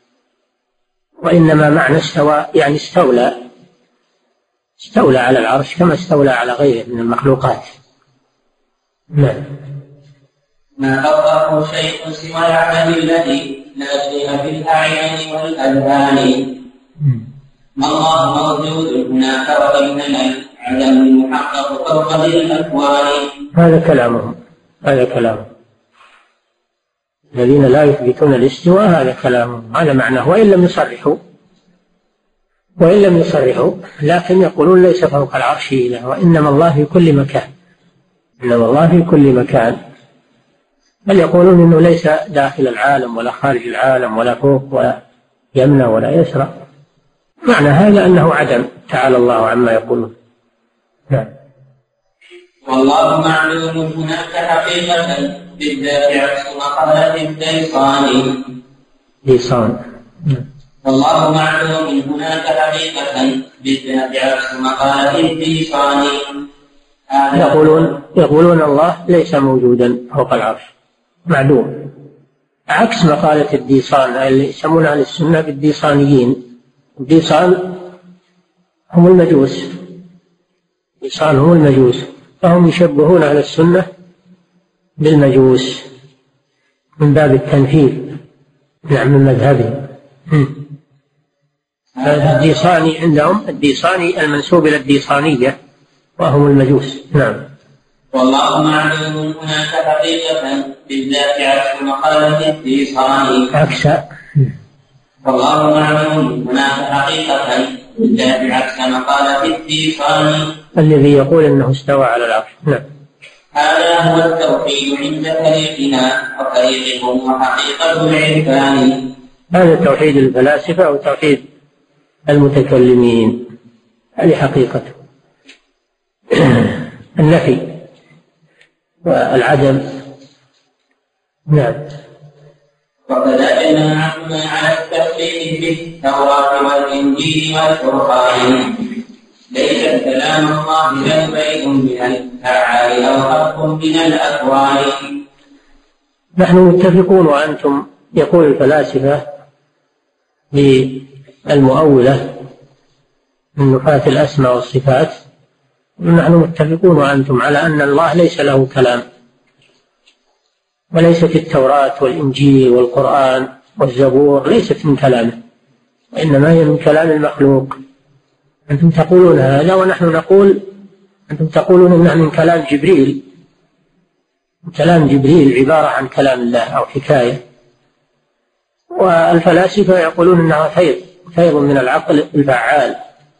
Speaker 2: وإنما معنى استوى يعني استولى على العرش كما استولى على غيره من المخلوقات. نعم.
Speaker 1: ما فوقه شيء سوى العمل الذي لا شيء في الأعين والأذهان. ما الله موجود هناك وإنما العدم المحقق فوق ذي الأكوان.
Speaker 2: هذا كلامهم الذين لا يثبتون الاستواء، هذا كلامهم، هذا معناه. وإن لم يصرحوا لكن يقولون ليس فوق العرش إله، وإنما الله في كل مكان، إنما الله في كل مكان. بل يقولون إنه ليس داخل العالم ولا خارج العالم ولا فوق ولا يمنى ولا يسرى. معنى هذا أنه عدم، تعالى الله عما يقولون. نعم.
Speaker 1: والله معلوم هناك حقيقة بالذات عكس مقالة الديصان. والله معلوم هناك حقيقة بالذات عكس مقالة الديصان.
Speaker 2: يقولون الله ليس موجودا فوق العرش، معلوم، عكس مقالة الديصان اللي يسمونها للسنة بالديصانيين، الديصان هم المجوس، الديصان هم المجوس، فهم يشبهون أهل السنة بالمجوس من باب التنفيذ، نعم، من مذهبهم. الديصاني عندهم، الديصاني المنسوب إلى الديصانية وهم المجوس. نعم.
Speaker 1: والله معلوم هناك حقيقة بالذات عكس مقالة الديصاني. والله معلوم هناك حقيقة بالذات عكس مقالة الديصاني
Speaker 2: الذي يقول إنه استوى على العرش. نعم.
Speaker 1: هذا هو التوحيد عند فريقنا وفريقهم وحقيقة العرفان.
Speaker 2: هذا توحيد الفلاسفة أو توحيد المتكلمين، هذه حقيقته. النفي والعدم. نعم.
Speaker 1: وكذا جماعتنا على التفصيل في التوراة والإنجيل والقرآن. ليس كلام الله بل بيت من الأفعال أو حرف من الأقوال.
Speaker 2: نحن متفقون وأنتم، يقول الفلاسفة للمؤولة من نفاة الأسماء والصفات، نحن متفقون وأنتم على أن الله ليس له كلام، وليست التوراة والإنجيل والقرآن والزبور ليست من كلامه، وإنما هي من كلام المخلوق. أنتم تقولون هذا ونحن نقول، أنتم تقولون إنها من كلام جبريل، كلام جبريل عبارة عن كلام الله أو حكاية، والفلاسفة يقولون إنها فيض من العقل الفعال،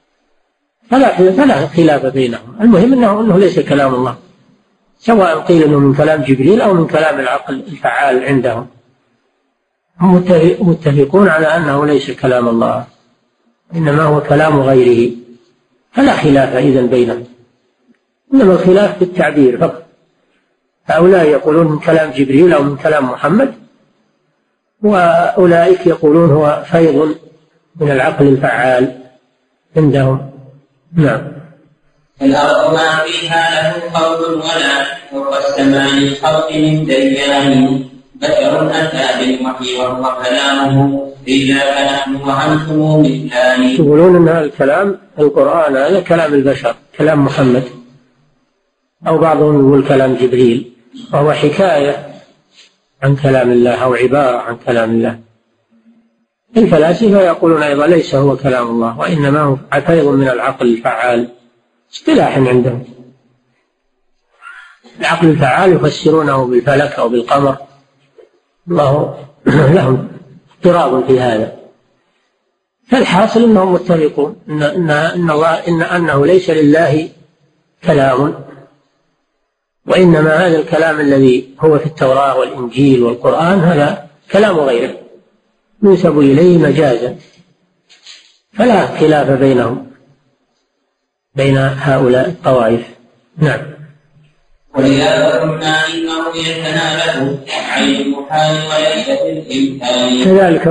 Speaker 2: فلا خلاف بينهم. المهم أنه ليس كلام الله، سواء قيل أنه من كلام جبريل أو من كلام العقل الفعال عندهم، هم متفقون على أنه ليس كلام الله، إنما هو كلام غيره، فلا خلاف إذن بينهم، إنما الخلاف في التعبير فقط. هؤلاء يقولون من كلام جبريل أو من كلام محمد، وأولئك يقولون هو فيض من العقل الفعال عندهم. نعم.
Speaker 1: الأرض ما فيها له قول ولا فوق السماء الخلق من ديان. بشر أتى بالوحي وهو كلامه إذا نحن وأنتم مثلان.
Speaker 2: يقولون أن هذا الكلام القرآن هذا كلام البشر، كلام محمد، أو بعضهم يقول كلام جبريل، وهو حكاية عن كلام الله أو عبارة عن كلام الله. الفلاسفة يقولون أيضا ليس هو كلام الله، وإنما هو فيض من العقل الفعال، اصطلاح عندهم. العقل الفعال يفسرونه بالفلك أو بالقمر، الله لهم اضطراب في هذا. فالحاصل أنهم متفقون أنه ليس لله كلام، وإنما هذا الكلام الذي هو في التوراة والإنجيل والقرآن هذا كلام غيره ينسب إليه مجازا، فلا خلاف بينهم بين هؤلاء الطوائف. نعم.
Speaker 1: ولذا قلنا إنه يتناله عين المحال وليس في الإمكان.
Speaker 2: كذلك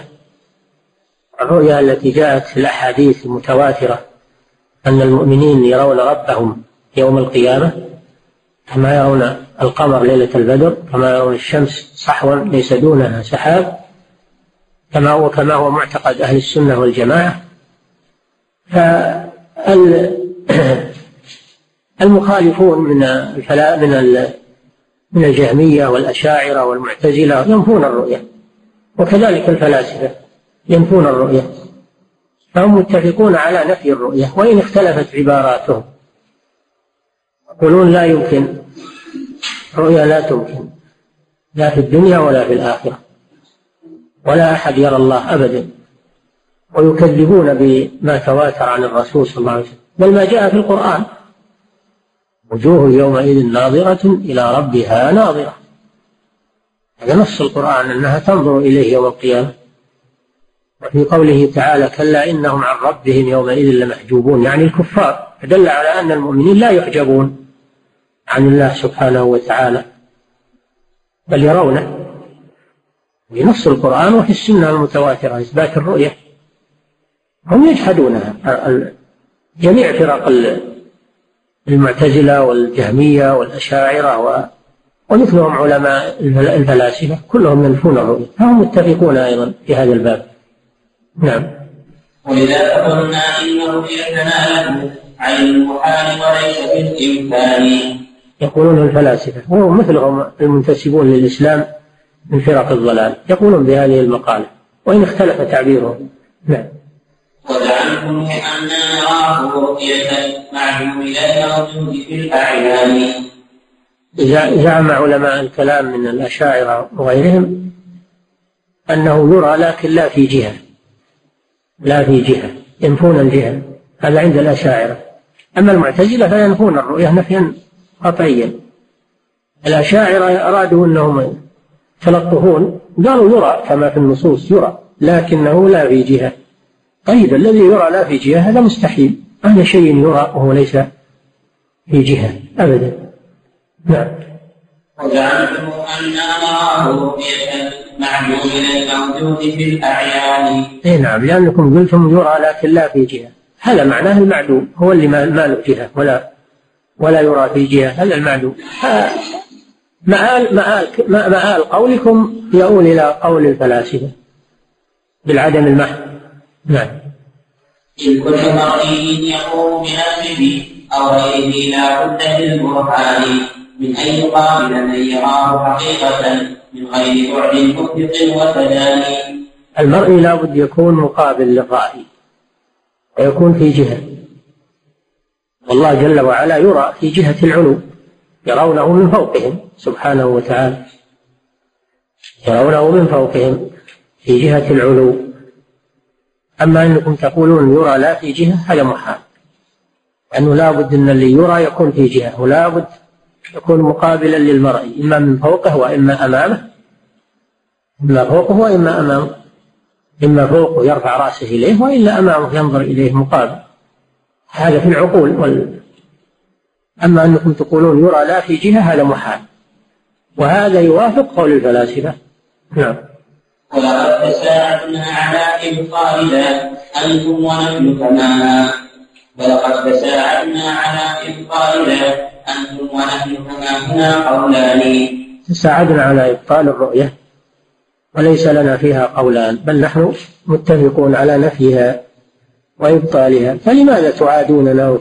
Speaker 2: الرؤيا التي جاءت في الأحاديث المتواترة أن المؤمنين يرون ربهم يوم القيامة كما يرون القمر ليلة البدر، كما يرون الشمس صحوا ليس دونها سحاب، كما هو معتقد أهل السنة والجماعة. فالمخالفون من الجهمية والأشاعرة والمعتزلة ينفون الرؤية، وكذلك الفلاسفة ينفون الرؤية، فهم متفقون على نفي الرؤية وإن اختلفت عباراتهم. يقولون لا يمكن، رؤيا لا تمكن لا في الدنيا ولا في الآخرة، ولا أحد يرى الله أبدا، ويكذبون بما تواتر عن الرسول صلى الله عليه وسلم، بل ما جاء في القرآن: وجوه يومئذ ناظرة إلى ربها ناظرة. هذا نص القرآن أنها تنظر إليه يوم القيامة. وفي قوله تعالى: كلا إنهم عن ربهم يومئذ لمحجوبون، يعني الكفار، فدل على أن المؤمنين لا يحجبون عن الله سبحانه وتعالى بل يرونه، بنص القرآن وفي السنة المتواترة إثبات الرؤية. هم يجحدونها، جميع فرق المعتزلة والجهمية والأشاعرة ومثلهم علماء الفلاسفة كلهم ينفون الرؤية، فهم متفقون أيضا في هذا الباب. نعم.
Speaker 1: ولذا قلنا إن رؤيتنا له عن المحال وليس بالإمكان.
Speaker 2: يقولون الفلاسفة وهو مثلهم المنتسبون للإسلام من فرق الضلال يقولون بهذه المقالة وإن اختلف تعبيرهم. نعم.
Speaker 1: وزعمتم أننا نراه رؤية معلوم لا موجود في الأعيان.
Speaker 2: زعم علماء الكلام من الأشاعرة وغيرهم أنه يرى لكن لا في جهة، لا في جهة، ينفون الجهة، هذا عند الأشاعرة. أما المعتزلة فينفون الرؤية نفيا قطعيا. الأشاعرة أرادوا أنهم تلطفون قالوا يرى كما في النصوص يرى لكنه لا في جهة. طيب الذي يرى لا في جهة هذا مستحيل، أهل شيء يرى وهو ليس في جهة أبدا. نعم.
Speaker 1: وزعمتم أننا نراه رؤية معلوم الموجود في الأعيان.
Speaker 2: نعم، لأنكم قلتم يرى لكن لا في جهة، هذا معناه المعلوم هو اللي ما له جهة ولا يرى في جهة، هذا المعلوم. مآل قولكم يؤول إلى قول الفلاسفة بالعدم المحض. نعم.
Speaker 1: إن كل مرئي يقوم بنفسه أو غيره لا بد للبرهان من أن يقابل من يراه حقيقة من غير بعد مطلق وتداني.
Speaker 2: المرئي لا بد يكون مقابل للرأي ويكون في جهة، والله جل وعلا يرى في جهة العلو، يرونه من فوقهم سبحانه وتعالى، يرونه من فوقهم في جهة العلو. أما أنكم تقولون يرى لا في جهة هذا محال، لأنه لا بد أن اللي يرى يكون في جهة، ولا بد يكون مقابلا للمرئي إما من فوقه وإما أمامه، إما فوقه وإما أمامه، إما فوقه يرفع رأسه إليه وإلا أمامه ينظر إليه مقابل، هذا في العقول. أما أنكم تقولون يرى لا في جهة هذا محال، وهذا يوافق قول الفلاسفة. نعم.
Speaker 1: ولقد تساعدنا على إبطال أنتم ونحن كما ولقد تساعدنا على إبطال أنتم ونحن كما هنا قولان.
Speaker 2: تساعدنا على إبطال الرؤية وليس لنا فيها قولان، بل نحن متفقون على نفيها وإبطالها، فلماذا تعادوننا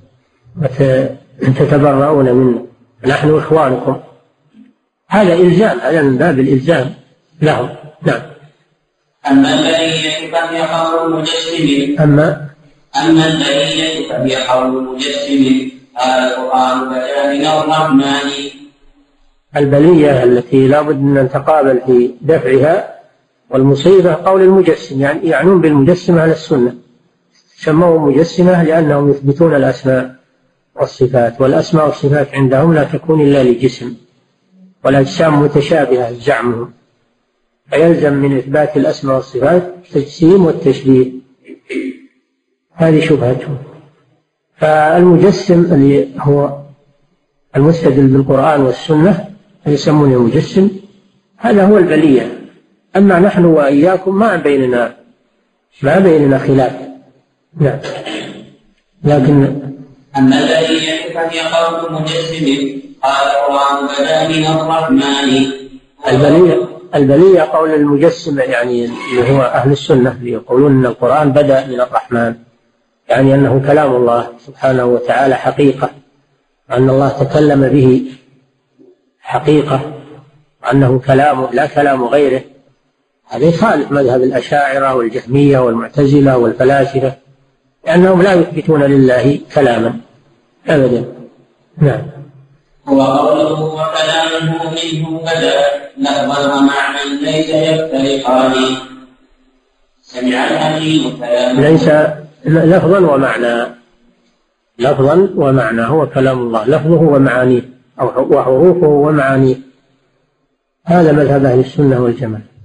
Speaker 2: وتتبرؤون منا؟ نحن إخوانكم، هذا إلزام، هذا من باب الإلزام لهم. نعم.
Speaker 1: أما البرية فهي قول مجسم البرية فهي قول مجسم قال القرآن بدا من الرحمن.
Speaker 2: البلية التي لا بد أن نتقابل في دفعها والمصيبة قول المجسم، يعني يعنون بالمجسم على السنة، سموه مجسمة لأنهم يثبتون الأسماء والصفات، والأسماء والصفات عندهم لا تكون إلا لجسم، والأجسام متشابهة زعمهم، فيلزم من إثبات الأسماء والصفات التجسيم والتشبيه، هذه شبهتهم. فالمجسم اللي هو المستدل بالقرآن والسنة يسمونه مجسم، هذا هو البلية. أما نحن وإياكم ما بيننا خلاف. نعم. لكن
Speaker 1: أما البلية فهي قول مجسم قال القرآن بدا من الرحمن.
Speaker 2: البلية قول المجسم، يعني اللي هو أهل السنة اللي يقولون أن القرآن بدأ من الرحمن، يعني أنه كلام الله سبحانه وتعالى حقيقة، أن الله تكلم به حقيقة، أنه كلامه لا كلام غيره. هذا يخالف مذهب الأشاعرة والجهمية والمعتزلة والفلاسفة، لأنهم لا يثبتون لله كلاما أبدا. نعم.
Speaker 1: وقوله وكلامه منه بدا لفظا ومعنى ليس يفترقان. سمع الحكيم كلام
Speaker 2: ليس لفظا ومعنى، لفظا ومعنى هو كلام الله، لفظه ومعانيه أو وحروفه ومعانيه، هذا مذهب أهل السنة والجماعة.